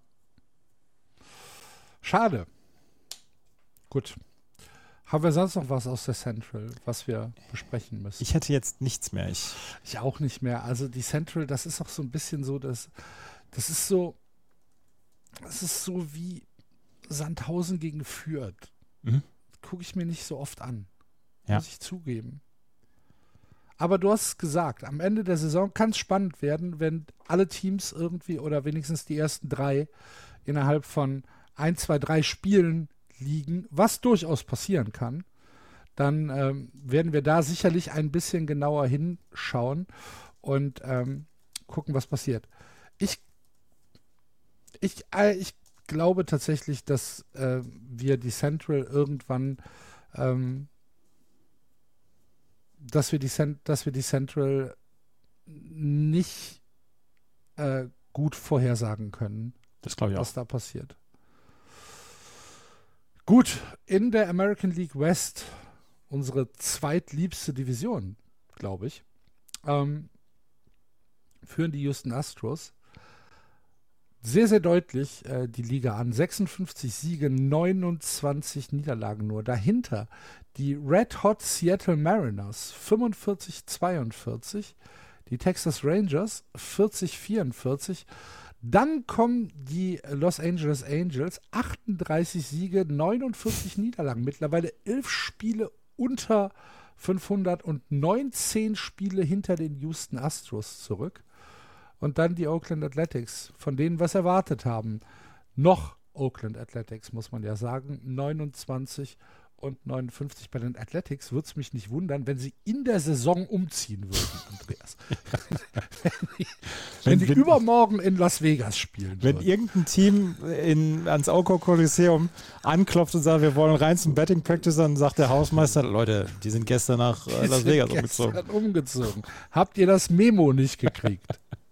Schade. Gut. Haben wir sonst noch was aus der Central, was wir besprechen müssen? Ich hätte jetzt nichts mehr. Ich, ich auch nicht mehr. Also die Central, das ist auch so ein bisschen so, dass das ist so, das ist so wie Sandhausen gegen Fürth. Mhm. Gucke ich mir nicht so oft an. Ja. Muss ich zugeben. Aber du hast es gesagt, am Ende der Saison kann es spannend werden, wenn alle Teams irgendwie oder wenigstens die ersten drei innerhalb von ein, zwei, drei Spielen liegen, was durchaus passieren kann. Dann ähm, werden wir da sicherlich ein bisschen genauer hinschauen und ähm, gucken, was passiert. Ich, ich, äh, ich glaube tatsächlich, dass äh, wir die Central irgendwann ähm, dass wir die, Cent- dass wir die Central nicht äh, gut vorhersagen können, das glaube ich auch. was da passiert. Gut, in der American League West, unsere zweitliebste Division, glaube ich, ähm, führen die Houston Astros sehr, sehr deutlich äh, die Liga an. sechsundfünfzig Siege, neunundzwanzig Niederlagen nur. Dahinter die Red Hot Seattle Mariners, fünfundvierzig zweiundvierzig. Die Texas Rangers, vierzig vierundvierzig. Dann kommen die Los Angeles Angels, achtunddreißig Siege, neunundvierzig Niederlagen. Mittlerweile elf Spiele unter fünfhundert und neunzehn Spiele hinter den Houston Astros zurück. Und dann die Oakland Athletics, von denen wir es erwartet haben. Noch Oakland Athletics, muss man ja sagen. neunundzwanzig und neunundfünfzig. Bei den Athletics würde es mich nicht wundern, wenn sie in der Saison umziehen würden, Andreas. wenn die, wenn die wenn, übermorgen in Las Vegas spielen Wenn würden. irgendein Team in, ans Oko Coliseum anklopft und sagt, wir wollen rein zum Betting Practice, dann sagt der Hausmeister, Leute, die sind gestern nach äh, Las Vegas umgezogen. umgezogen. Habt ihr das Memo nicht gekriegt?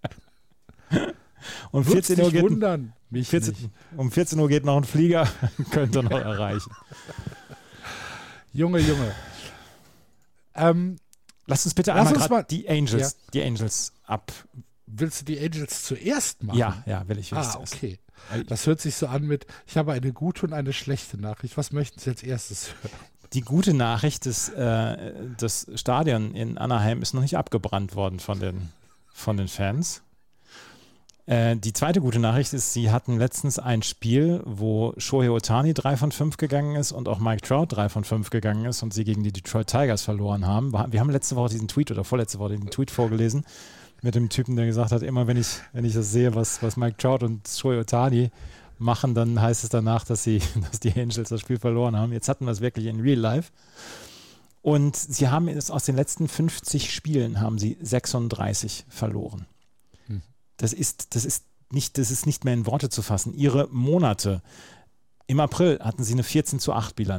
Und vierzehn Uhr geht, wundern, mich vierzehn, nicht. um vierzehn Uhr geht noch ein Flieger, könnt ihr noch erreichen. Junge, Junge. Ähm, Lass uns bitte lass einmal uns mal, die Angels, ja. die Angels ab. Willst du die Angels zuerst machen? Ja, ja, will ich. Will ah, ich okay. Das hört sich so an mit, ich habe eine gute und eine schlechte Nachricht. Was möchten Sie als erstes hören? Die gute Nachricht ist, äh, das Stadion in Anaheim ist noch nicht abgebrannt worden von den, von den Fans. Äh, die zweite gute Nachricht ist, sie hatten letztens ein Spiel, wo Shohei Ohtani drei von fünf gegangen ist und auch Mike Trout drei von fünf gegangen ist und sie gegen die Detroit Tigers verloren haben. Wir haben letzte Woche diesen Tweet oder vorletzte Woche den Tweet vorgelesen mit dem Typen, der gesagt hat, immer wenn ich, wenn ich das sehe, was, was Mike Trout und Shohei Ohtani machen, dann heißt es danach, dass, sie, dass die Angels das Spiel verloren haben. Jetzt hatten wir es wirklich in Real Life. Und sie haben es aus den letzten fünfzig Spielen haben sie sechsunddreißig verloren. Das ist, das ist nicht, das ist nicht mehr in Worte zu fassen. Ihre Monate. Im April hatten sie eine vierzehn zu acht Bilanz.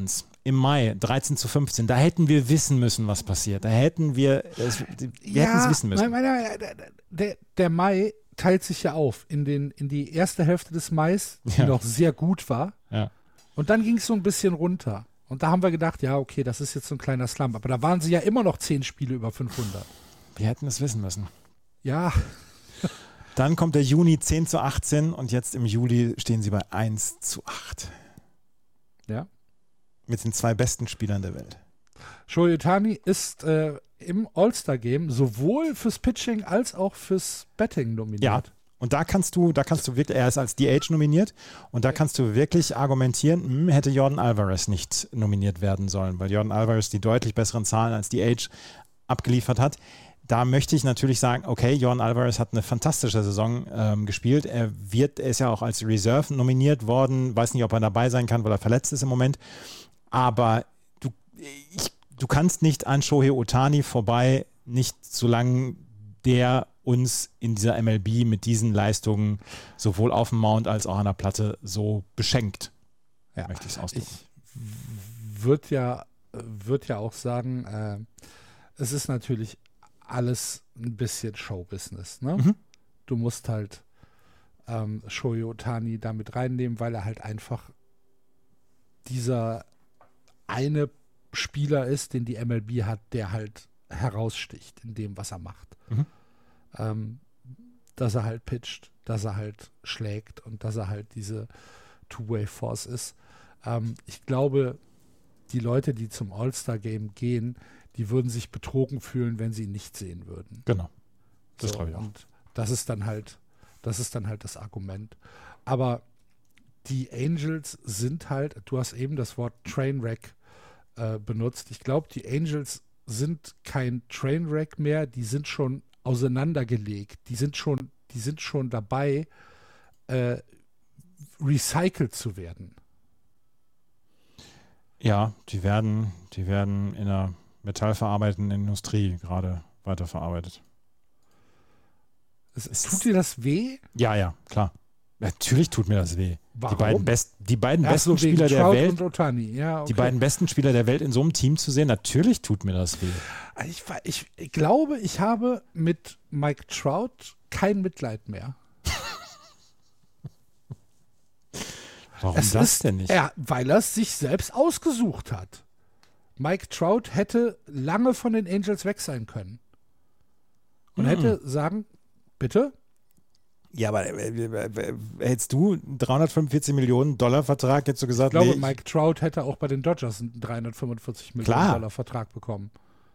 im Mai, dreizehn zu fünfzehn, da hätten wir wissen müssen, was passiert. Da hätten wir, es, wir ja, hätten es wissen müssen. Nein, nein, nein, der, der Mai teilt sich ja auf in, den, in die erste Hälfte des Mais, die Ja. noch sehr gut war. Ja. Und dann ging es so ein bisschen runter. Und da haben wir gedacht, ja, okay, das ist jetzt so ein kleiner Slump. Aber da waren sie ja immer noch zehn Spiele über fünfhundert. Wir hätten es wissen müssen. Ja, Dann kommt der Juni zehn zu achtzehn und jetzt im Juli stehen sie bei eins zu acht. ja. Mit den zwei besten Spielern der Welt. Shohei Ohtani ist äh, im All-Star-Game sowohl fürs Pitching als auch fürs Betting nominiert. Ja. Und da kannst du, da kannst du wirklich, er ist als D H nominiert und da kannst du wirklich argumentieren, hm, hätte Jordan Alvarez nicht nominiert werden sollen, weil Jordan Alvarez die deutlich besseren Zahlen als D H abgeliefert hat. Da möchte ich natürlich sagen, okay, Jordan Alvarez hat eine fantastische Saison ähm, gespielt. Er wird, er ist ja auch als Reserve nominiert worden, weiß nicht, ob er dabei sein kann, weil er verletzt ist im Moment. Aber du, ich, du kannst nicht an Shohei Ohtani vorbei, nicht solange der uns in dieser M L B mit diesen Leistungen sowohl auf dem Mount als auch an der Platte so beschenkt, Ja. möchte ich es ausdrücken. Ich würde ja, würd ja auch sagen, äh, es ist natürlich alles ein bisschen Showbusiness. Ne? Mhm. Du musst halt ähm, Shohei Ohtani damit reinnehmen, weil er halt einfach dieser eine Spieler ist, den die M L B hat, der halt heraussticht in dem, was er macht. Mhm. Ähm, dass er halt pitcht, dass er halt schlägt und dass er halt diese Two-Way-Force ist. Ähm, ich glaube, die Leute, die zum All-Star-Game gehen, die würden sich betrogen fühlen, wenn sie ihn nicht sehen würden. Genau. Das So, glaube ich auch. und das ist dann halt, das ist dann halt das Argument. Aber die Angels sind halt, du hast eben das Wort Trainwreck äh, benutzt. Ich glaube, die Angels sind kein Trainwreck mehr, die sind schon auseinandergelegt. Die sind schon, die sind schon dabei, äh, recycelt zu werden. Ja, die werden, die werden in der metallverarbeitenden Industrie gerade weiterverarbeitet. Es, Es tut ist- dir das weh? Ja, ja, klar. Natürlich tut mir das weh. Warum? Die beiden, best, die beiden Ach so, besten wegen Spieler der Trout Welt, und Ohtani. Ja, okay. die beiden besten Spieler der Welt in so einem Team zu sehen, natürlich tut mir das weh. Ich, wa- ich, ich glaube, ich habe mit Mike Trout kein Mitleid mehr. Warum Es das ist, denn nicht? Ja, weil er es sich selbst ausgesucht hat. Mike Trout hätte lange von den Angels weg sein können. Und Hm. hätte sagen, bitte? Ja, aber äh, äh, äh, hättest du einen dreihundertfünfundvierzig Millionen Dollar Vertrag jetzt so gesagt, Ich glaube, nee, ich- Mike Trout hätte auch bei den Dodgers einen dreihundertfünfundvierzig Millionen Klar. Dollar Vertrag bekommen.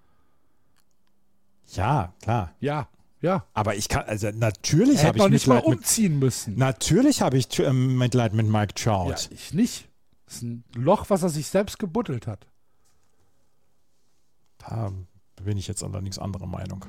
ja, klar. Ja, ja. Aber ich kann, also natürlich Er habe hätte ich noch nicht mal Mitleid mit, umziehen müssen. natürlich habe ich äh, Mitleid mit Mike Trout. Ja, ich nicht. Das ist ein Loch, was er sich selbst gebuddelt hat. Da bin ich jetzt allerdings anderer Meinung.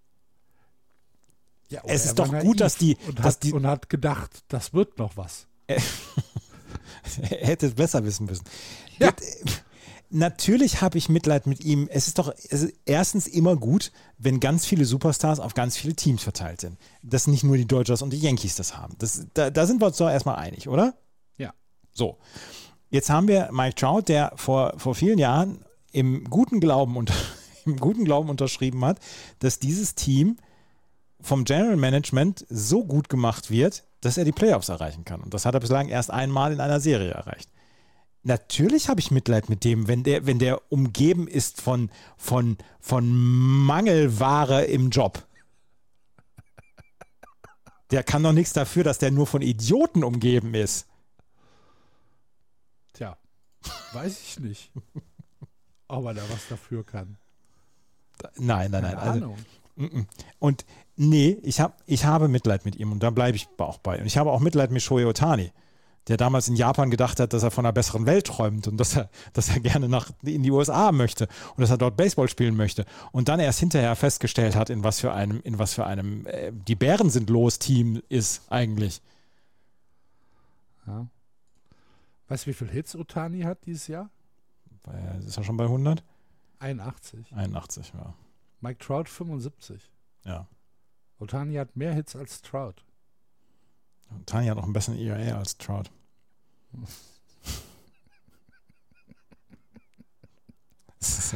Ja, Es oder ist er war doch naiv gut, dass die- Und, dass hat, die- und hat gedacht, das wird noch was. Er hätte es besser wissen müssen. Ja. Das, natürlich habe ich Mitleid mit ihm. Es ist doch es ist erstens immer gut, wenn ganz viele Superstars auf ganz viele Teams verteilt sind. Dass nicht nur die Dodgers und die Yankees das haben. Das, da, da sind wir uns doch erstmal einig, oder? Ja. So. Jetzt haben wir Mike Trout, der vor, vor vielen Jahren im guten Glauben unter, im guten Glauben unterschrieben hat, dass dieses Team vom General Management so gut gemacht wird, dass er die Playoffs erreichen kann. Und das hat er bislang erst einmal in einer Serie erreicht. Natürlich habe ich Mitleid mit dem, wenn der, wenn der umgeben ist von, von, von Mangelware im Job. Der kann doch nichts dafür, dass der nur von Idioten umgeben ist. Tja, weiß ich nicht. Ob er da was dafür kann. Nein, nein, nein. Keine Also, Ahnung. mm-mm. Und nee, ich, hab, ich habe Mitleid mit ihm und da bleibe ich auch bei. Und ich habe auch Mitleid mit Shohei Ohtani, der damals in Japan gedacht hat, dass er von einer besseren Welt träumt und dass er, dass er gerne nach, in die U S A möchte und dass er dort Baseball spielen möchte. Und dann erst hinterher festgestellt hat, in was für einem, in was für einem äh, die Bären sind los Team ist eigentlich. Ja. Weißt du, wie viele Hits Ohtani hat dieses Jahr? Äh, Ist er schon bei hundert? einundachtzig. einundachtzig, ja. Mike Trout fünfundsiebzig. ja. Ohtani hat mehr Hits als Trout. Ohtani hat noch einen besseren E R A als Trout.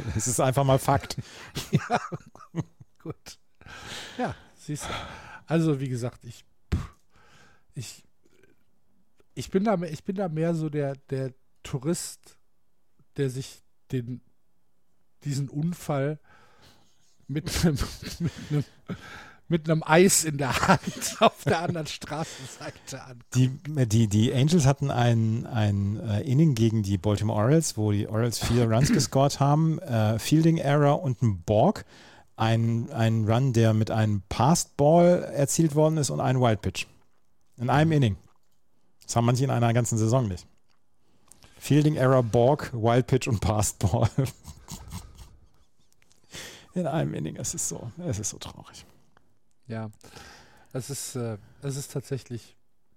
Es ist einfach mal Fakt. Ja, gut. Ja, siehst du. Also, wie gesagt, ich, ich, ich, bin, da, ich bin da mehr so der, der Tourist, der sich den, diesen Unfall mit einem, mit einem, mit einem Eis in der Hand auf der anderen Straßenseite an. Die, die, die Angels hatten ein, ein äh, Inning gegen die Baltimore Orioles, wo die Orioles vier Runs gescored haben, äh, Fielding Error und ein Balk. Ein, ein Run, der mit einem Passed Ball erzielt worden ist und ein Wild Pitch. In einem Inning. Das haben manche in einer ganzen Saison nicht. Fielding Error, Balk, Wild Pitch und Passed Ball. In einem Inning. Es ist so, es ist so traurig. Ja, es ist, äh, es ist tatsächlich,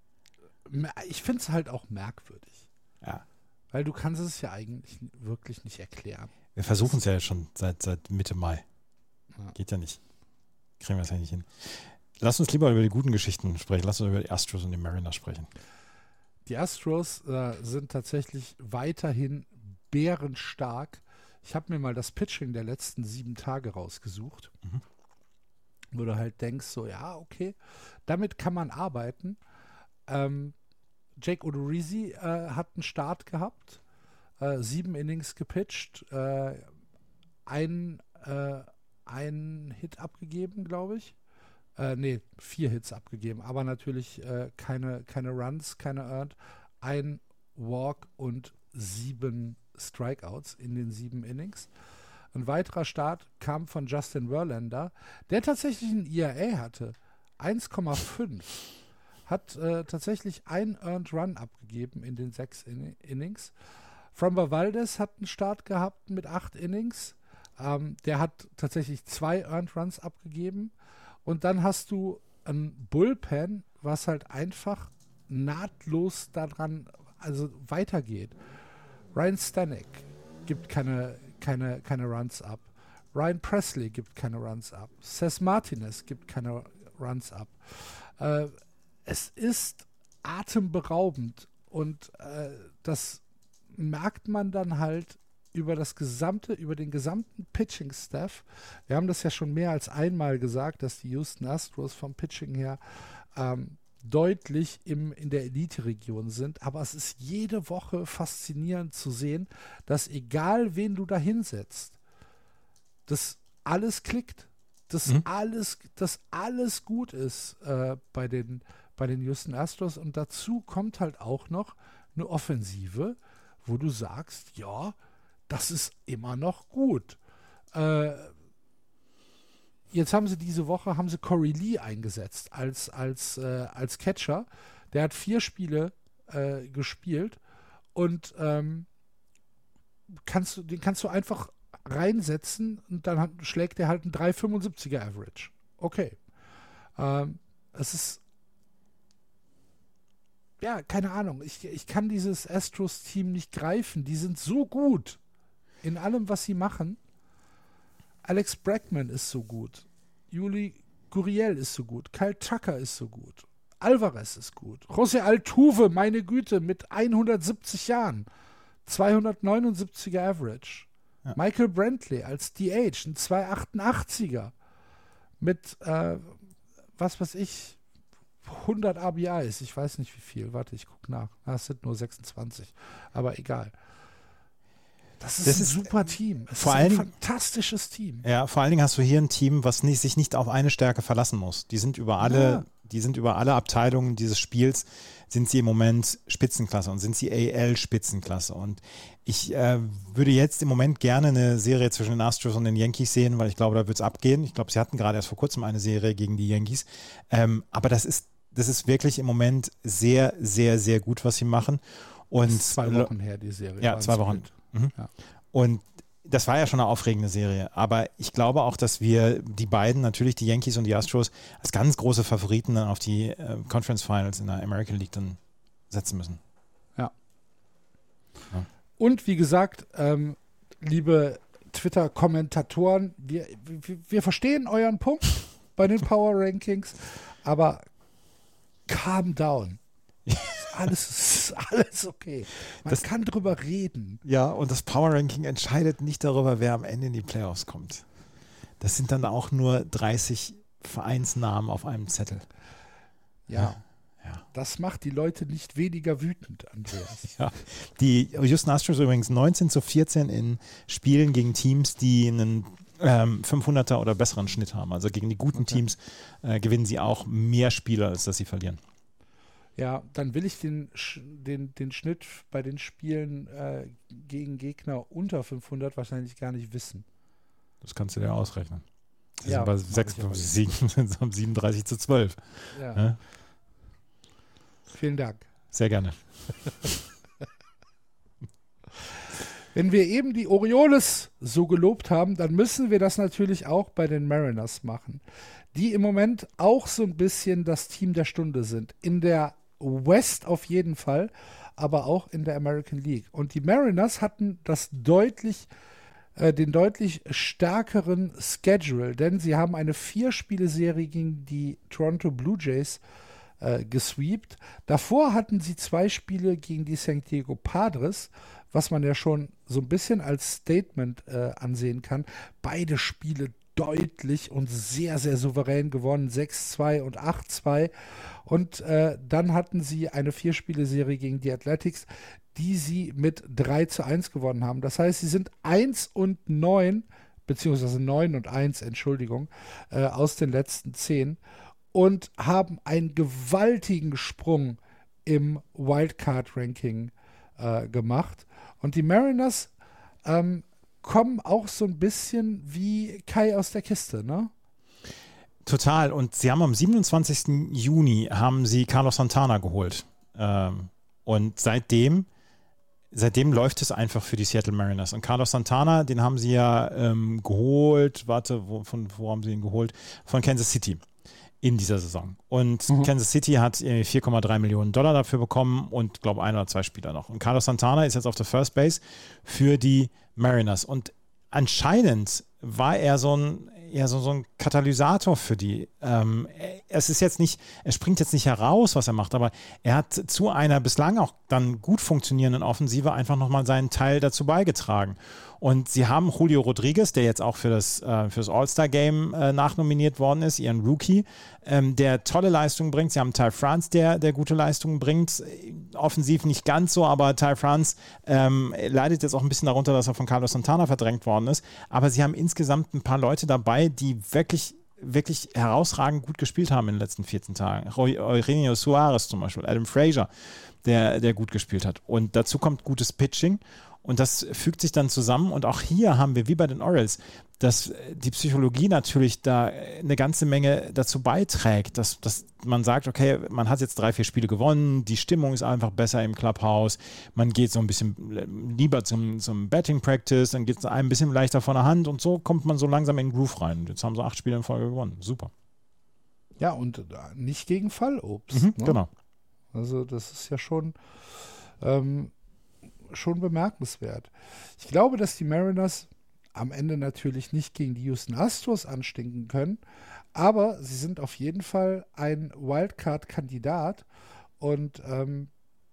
ich finde es halt auch merkwürdig. Ja. Weil du kannst es ja eigentlich wirklich nicht erklären. Wir versuchen es ja jetzt schon seit, seit Mitte Mai. Ja. Geht ja nicht. Kriegen wir es ja nicht hin. Lass uns lieber über die guten Geschichten sprechen. Lass uns über die Astros und die Mariners sprechen. Die Astros äh, sind tatsächlich weiterhin bärenstark. Ich habe mir mal das Pitching der letzten sieben Tage rausgesucht. Mhm. Wo du halt denkst, so, ja, okay, damit kann man arbeiten. Ähm, Jake Odorizzi äh, hat einen Start gehabt, äh, sieben Innings gepitcht, äh, ein, äh, ein Hit abgegeben, glaube ich. Äh, nee, vier Hits abgegeben, aber natürlich äh, keine, keine Runs, keine Earned. Ein Walk und sieben Strikeouts in den sieben Innings. Ein weiterer Start kam von Justin Verlander, der tatsächlich ein E R A hatte. eins Komma fünf. Hat äh, tatsächlich ein Earned Run abgegeben in den sechs In- Innings. Framber Valdez hat einen Start gehabt mit acht Innings. Ähm, der hat tatsächlich zwei Earned Runs abgegeben. Und dann hast du ein Bullpen, was halt einfach nahtlos daran, also weitergeht. Ryan Stanek gibt keine, keine, keine Runs ab. Ryan Presley gibt keine Runs ab. Cesc Martinez gibt keine Runs ab. Äh, es ist atemberaubend und äh, das merkt man dann halt über das gesamte, über den gesamten Pitching-Staff. Wir haben das ja schon mehr als einmal gesagt, dass die Houston Astros vom Pitching her ähm, deutlich im, in der Elite-Region sind, aber es ist jede Woche faszinierend zu sehen, dass egal wen du da hinsetzt, dass alles klickt, dass mhm. alles, dass alles gut ist äh, bei den, bei den Houston Astros und dazu kommt halt auch noch eine Offensive, wo du sagst, ja, das ist immer noch gut. Äh, Jetzt haben sie diese Woche, haben sie Corey Lee eingesetzt als, als, äh, als Catcher. Der hat vier Spiele äh, gespielt und ähm, kannst du, den kannst du einfach reinsetzen und dann hat, schlägt er halt einen drei Komma fünfundsiebziger Average. Okay. Ähm, es ist ja, keine Ahnung. Ich, ich kann dieses Astros-Team nicht greifen. Die sind so gut in allem, was sie machen. Alex Bregman ist so gut. Yuli Gurriel ist so gut. Kyle Tucker ist so gut. Alvarez ist gut. José Altuve, meine Güte, mit hundertsiebzig Jahren. zweihundertneunundsiebziger Average. Ja. Michael Brantley als D H, ein zweihundertachtundachtsiger. Mit, äh, was weiß ich, hundert R B Is. Ich weiß nicht wie viel. Warte, ich gucke nach. Das sind nur sechsundzwanzig. Aber egal. Das ist das ein ist, super Team. Es vor ist ein allen, fantastisches Team. Ja, vor allen Dingen hast du hier ein Team, was nicht, sich nicht auf eine Stärke verlassen muss. Die sind über alle, ja. die sind über alle Abteilungen dieses Spiels, sind sie im Moment Spitzenklasse und sind sie A L-Spitzenklasse. Und ich äh, würde jetzt im Moment gerne eine Serie zwischen den Astros und den Yankees sehen, weil ich glaube, da wird es abgehen. Ich glaube, sie hatten gerade erst vor kurzem eine Serie gegen die Yankees. Ähm, aber das ist, das ist wirklich im Moment sehr, sehr, sehr gut, was sie machen. Und das ist zwei Wochen her, die Serie. Ja, zwei Wochen. Mhm. Ja. Und das war ja schon eine aufregende Serie, aber ich glaube auch, dass wir die beiden, natürlich die Yankees und die Astros, als ganz große Favoriten dann auf die äh, Conference Finals in der American League dann setzen müssen. Ja. ja. Und wie gesagt, ähm, liebe Twitter-Kommentatoren, wir, wir, wir verstehen euren Punkt bei den Power Rankings, aber calm down. alles ist alles okay. Man das, kann drüber reden. Ja, und das Power Ranking entscheidet nicht darüber, wer am Ende in die Playoffs kommt. Das sind dann auch nur dreißig Vereinsnamen auf einem Zettel. Ja. Ja. Das macht die Leute nicht weniger wütend, Andreas. Ja. Die Houston Astros übrigens neunzehn zu vierzehn in Spielen gegen Teams, die einen ähm, fünfhunderter oder besseren Schnitt haben. Also gegen die guten okay. Teams äh, gewinnen sie auch mehr Spiele, als dass sie verlieren. Ja, dann will ich den, den, den Schnitt bei den Spielen äh, gegen Gegner unter fünfhundert wahrscheinlich gar nicht wissen. Das kannst du dir ausrechnen. Sie ja, sind bei sechsundfünfzig Siegen, sind um siebenunddreißig zu zwölf. Ja. Ja? Vielen Dank. Sehr gerne. Wenn wir eben die Orioles so gelobt haben, dann müssen wir das natürlich auch bei den Mariners machen, die im Moment auch so ein bisschen das Team der Stunde sind. In der West auf jeden Fall, aber auch in der American League. Und die Mariners hatten das deutlich, äh, den deutlich stärkeren Schedule, denn sie haben eine Vier-Spiele-Serie gegen die Toronto Blue Jays Äh, gesweept. Davor hatten sie zwei Spiele gegen die San Diego Padres, was man ja schon so ein bisschen als Statement äh, ansehen kann. Beide Spiele deutlich und sehr, sehr souverän gewonnen, sechs zwei und acht zwei. Und äh, dann hatten sie eine Vier-Spiele-Serie gegen die Athletics, die sie mit drei zu eins gewonnen haben. Das heißt, sie sind eins und neun, beziehungsweise neun und eins, Entschuldigung, äh, aus den letzten zehn. Und haben einen gewaltigen Sprung im Wildcard-Ranking äh, gemacht. Und die Mariners ähm, kommen auch so ein bisschen wie Kai aus der Kiste, ne? Total. Und sie haben am siebenundzwanzigsten Juni haben sie Carlos Santana geholt. Ähm, und seitdem, seitdem läuft es einfach für die Seattle Mariners. Und Carlos Santana, den haben sie ja ähm, geholt. Warte, wo, von wo haben sie ihn geholt? Von Kansas City. In dieser Saison. Und mhm. Kansas City hat vier Komma drei Millionen Dollar dafür bekommen und glaube ein oder zwei Spieler noch. Und Carlos Santana ist jetzt auf der First Base für die Mariners. Und anscheinend war er so ein, eher so, so ein Katalysator für die. Ähm, es ist jetzt nicht, er springt jetzt nicht heraus, was er macht, aber er hat zu einer bislang auch dann gut funktionierenden Offensive einfach nochmal seinen Teil dazu beigetragen. Und sie haben Julio Rodriguez, der jetzt auch für das, äh, für das All-Star-Game äh, nachnominiert worden ist, ihren Rookie, ähm, der tolle Leistungen bringt. Sie haben Ty France, der, der gute Leistungen bringt. Offensiv nicht ganz so, aber Ty France ähm, leidet jetzt auch ein bisschen darunter, dass er von Carlos Santana verdrängt worden ist. Aber sie haben insgesamt ein paar Leute dabei, die wirklich wirklich herausragend gut gespielt haben in den letzten vierzehn Tagen. Eugenio Suarez zum Beispiel, Adam Frazier, der, der gut gespielt hat. Und dazu kommt gutes Pitching. Und das fügt sich dann zusammen. Und auch hier haben wir, wie bei den Orioles, dass die Psychologie natürlich da eine ganze Menge dazu beiträgt, dass, dass man sagt, okay, man hat jetzt drei, vier Spiele gewonnen, die Stimmung ist einfach besser im Clubhouse, man geht so ein bisschen lieber zum, zum Batting Practice, dann geht es einem ein bisschen leichter von der Hand und so kommt man so langsam in den Groove rein. Und jetzt haben sie acht Spiele in Folge gewonnen. Super. Ja, und nicht gegen Fallobst. Mhm, ne? Genau. Also das ist ja schon ähm, schon bemerkenswert. Ich glaube, dass die Mariners am Ende natürlich nicht gegen die Houston Astros anstinken können, aber sie sind auf jeden Fall ein Wildcard-Kandidat und ähm,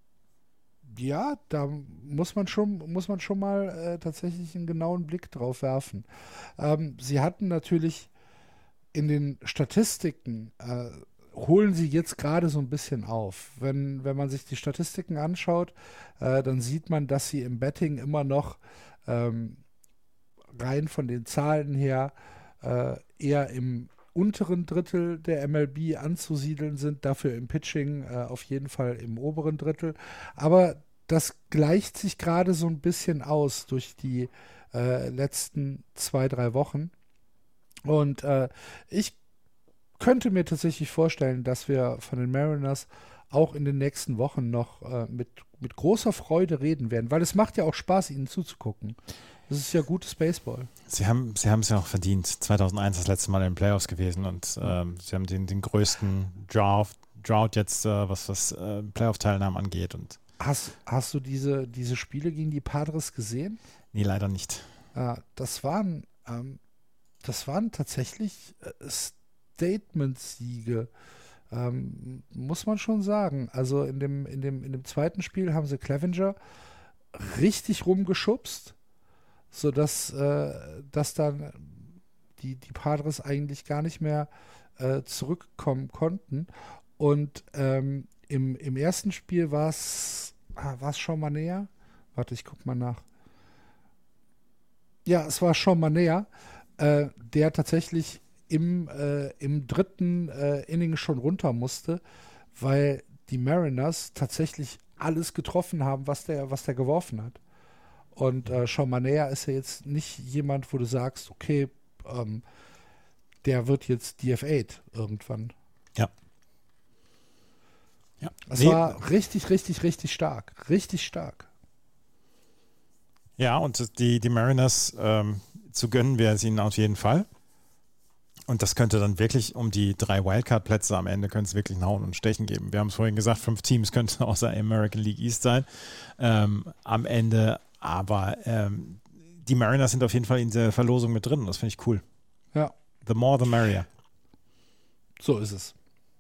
ja, da muss man schon, muss man schon mal äh, tatsächlich einen genauen Blick drauf werfen. Ähm, sie hatten natürlich in den Statistiken äh, holen sie jetzt gerade so ein bisschen auf. Wenn, wenn man sich die Statistiken anschaut, äh, dann sieht man, dass sie im Betting immer noch ähm, rein von den Zahlen her äh, eher im unteren Drittel der M L B anzusiedeln sind, dafür im Pitching äh, auf jeden Fall im oberen Drittel. Aber das gleicht sich gerade so ein bisschen aus durch die äh, letzten zwei, drei Wochen. Und äh, ich könnte mir tatsächlich vorstellen, dass wir von den Mariners auch in den nächsten Wochen noch äh, mit, mit großer Freude reden werden, weil es macht ja auch Spaß, ihnen zuzugucken. Das ist ja gutes Baseball. Sie haben sie haben es ja auch verdient. zweitausendeins das letzte Mal in den Playoffs gewesen und ähm, sie haben den, den größten Drought, Drought jetzt, äh, was, was äh, Playoff-Teilnahmen angeht. Und hast, hast du diese, diese Spiele gegen die Padres gesehen? Nee, leider nicht. Äh, das waren, ähm, das waren tatsächlich äh, Statement-Siege. Ähm, muss man schon sagen. Also in dem, in dem, in dem zweiten Spiel haben sie Clevenger richtig rumgeschubst, sodass äh, dass dann die, die Padres eigentlich gar nicht mehr äh, zurückkommen konnten. Und ähm, im, im ersten Spiel war es ah, war es schon mal näher? Warte, ich guck mal nach. Ja, es war schon mal näher, äh, der tatsächlich im, äh, im dritten äh, Inning schon runter musste, weil die Mariners tatsächlich alles getroffen haben, was der, was der geworfen hat. Und äh, Sean Manaea ist ja jetzt nicht jemand, wo du sagst, okay, ähm, der wird jetzt D F acht irgendwann. Ja. Ja. Es Nee. war richtig, richtig, richtig stark. Richtig stark. Ja, und die, die Mariners ähm, zu gönnen wäre es ihnen auf jeden Fall. Und das könnte dann wirklich um die drei Wildcard-Plätze am Ende könnte es wirklich ein Hauen und Stechen geben. Wir haben es vorhin gesagt, fünf Teams könnten außer American League East sein ähm, am Ende. Aber ähm, die Mariners sind auf jeden Fall in der Verlosung mit drin und das finde ich cool. Ja. The more, the merrier. So ist es.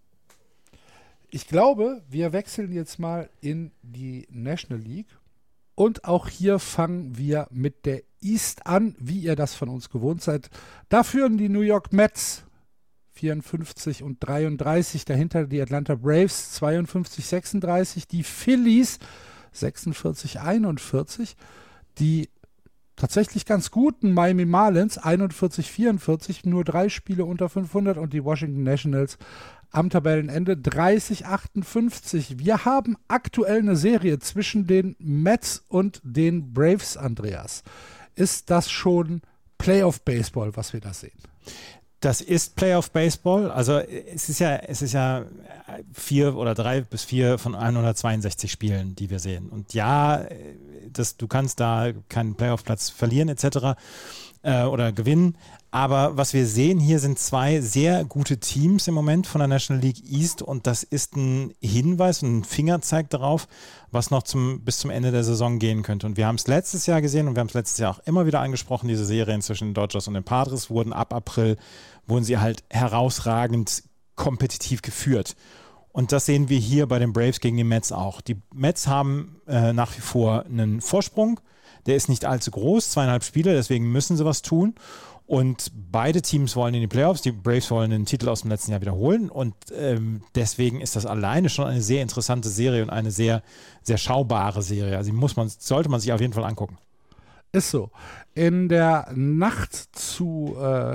Ich glaube, wir wechseln jetzt mal in die National League. Und auch hier fangen wir mit der East an, wie ihr das von uns gewohnt seid. Da führen die New York Mets vierundfünfzig und dreiunddreißig, dahinter die Atlanta Braves zweiundfünfzig sechsunddreißig, die Phillies sechsundvierzig einundvierzig, die tatsächlich ganz guten Miami Marlins einundvierzig vierundvierzig, nur drei Spiele unter fünfhundert und die Washington Nationals am Tabellenende dreißig achtundfünfzig. Wir haben aktuell eine Serie zwischen den Mets und den Braves, Andreas. Ist das schon Playoff-Baseball, was wir da sehen? Das ist Playoff-Baseball. Also es ist ja, es ist ja vier oder drei bis vier von hundertzweiundsechzig Spielen, die wir sehen. Und ja, das, du kannst da keinen Playoff-Platz verlieren et cetera äh, oder gewinnen. Aber was wir sehen hier sind zwei sehr gute Teams im Moment von der National League East und das ist ein Hinweis, ein Fingerzeig darauf, was noch zum, bis zum Ende der Saison gehen könnte. Und wir haben es letztes Jahr gesehen und wir haben es letztes Jahr auch immer wieder angesprochen, diese Serien zwischen den Dodgers und den Padres wurden ab April, wurden sie halt herausragend kompetitiv geführt. Und das sehen wir hier bei den Braves gegen die Mets auch. Die Mets haben äh, nach wie vor einen Vorsprung, der ist nicht allzu groß, zweieinhalb Spiele, deswegen müssen sie was tun. Und beide Teams wollen in die Playoffs. Die Braves wollen den Titel aus dem letzten Jahr wiederholen. Und ähm, deswegen ist das alleine schon eine sehr interessante Serie und eine sehr, sehr schaubare Serie. Also die muss man, sollte man sich auf jeden Fall angucken. Ist so. In der Nacht zu äh,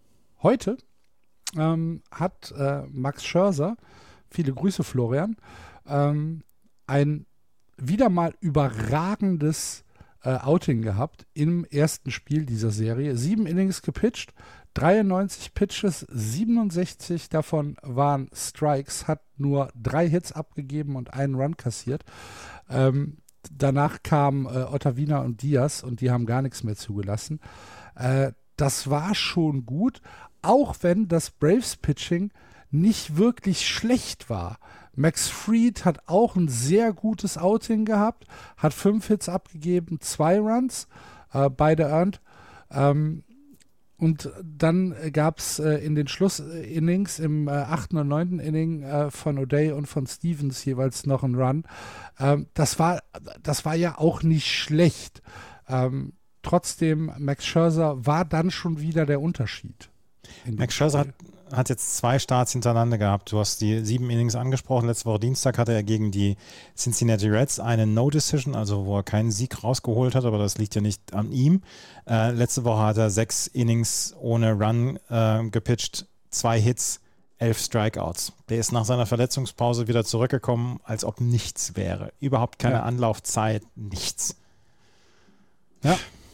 heute ähm, hat äh, Max Scherzer, viele Grüße Florian, ähm, ein wieder mal überragendes Äh, Outing gehabt im ersten Spiel dieser Serie. Sieben Innings gepitcht, dreiundneunzig Pitches, siebenundsechzig davon waren Strikes, hat nur drei Hits abgegeben und einen Run kassiert. Ähm, danach kamen äh, Ottavina und Diaz und die haben gar nichts mehr zugelassen. Äh, das war schon gut, auch wenn das Braves-Pitching nicht wirklich schlecht war. Max Fried hat auch ein sehr gutes Outing gehabt, hat fünf Hits abgegeben, zwei Runs, äh, beide earned. Ähm, und dann gab es äh, in den Schlussinnings im äh, achten und neunten Inning äh, von O'Day und von Stevens jeweils noch ein Run. Ähm, das war, das war ja auch nicht schlecht. Ähm, trotzdem, Max Scherzer war dann schon wieder der Unterschied. Max Scherzer hat, hat jetzt zwei Starts hintereinander gehabt. Du hast die sieben Innings angesprochen. Letzte Woche Dienstag hatte er gegen die Cincinnati Reds eine No-Decision, also wo er keinen Sieg rausgeholt hat, aber das liegt ja nicht an ihm. Äh, letzte Woche hat er sechs Innings ohne Run äh, gepitcht, zwei Hits, elf Strikeouts. Der ist nach seiner Verletzungspause wieder zurückgekommen, als ob nichts wäre. Überhaupt keine ja. Anlaufzeit, nichts. Ja,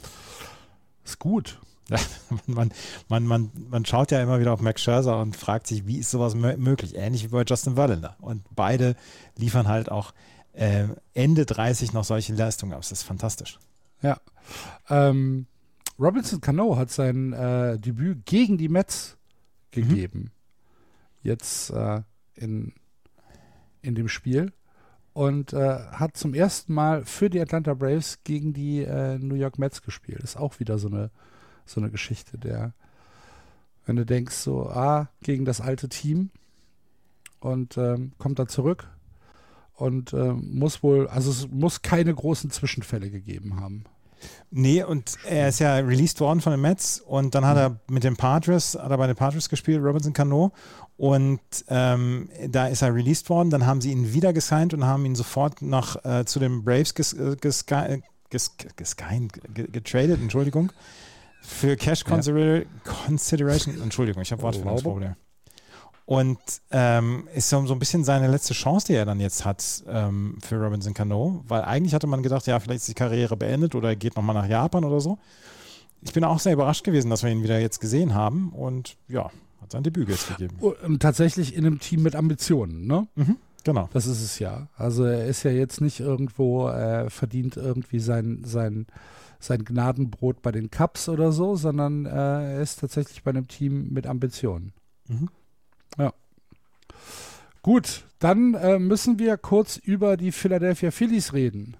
ist gut. Ja, man, man, man, man schaut ja immer wieder auf Max Scherzer und fragt sich, wie ist sowas mö- möglich? Ähnlich wie bei Justin Verlander. Und beide liefern halt auch äh, Ende dreißig noch solche Leistungen ab. Das ist fantastisch. Ja. Ähm, Robinson Cano hat sein äh, Debüt gegen die Mets gegeben. Mhm. Jetzt äh, in, in dem Spiel. Und äh, hat zum ersten Mal für die Atlanta Braves gegen die äh, New York Mets gespielt. Ist auch wieder so eine So eine Geschichte, der, wenn du denkst, so, ah, gegen das alte Team und ähm, kommt dann zurück und ähm, muss wohl, also es muss keine großen Zwischenfälle gegeben haben. Nee, und er ist ja released worden von den Mets und dann hat er mit den Padres, hat er bei den Padres gespielt, Robinson Cano, und ähm, da ist er released worden, dann haben sie ihn wieder gesigned und haben ihn sofort noch äh, zu den Braves ges, äh, ges, ges, ges, getradet, Entschuldigung, für Cash Consider- Consideration, Entschuldigung, ich habe Wortfindungsprobleme. Und ähm, ist so, so ein bisschen seine letzte Chance, die er dann jetzt hat ähm, für Robinson Cano, weil eigentlich hatte man gedacht, ja, vielleicht ist die Karriere beendet oder er geht nochmal nach Japan oder so. Ich bin auch sehr überrascht gewesen, dass wir ihn wieder jetzt gesehen haben und ja, hat sein Debüt jetzt gegeben. Und tatsächlich in einem Team mit Ambitionen, ne? Mhm, genau. Das ist es ja. Also er ist ja jetzt nicht irgendwo, äh, verdient irgendwie sein, sein, sein Gnadenbrot bei den Cubs oder so, sondern äh, er ist tatsächlich bei einem Team mit Ambitionen. Mhm. Ja. Gut, dann äh, müssen wir kurz über die Philadelphia Phillies reden.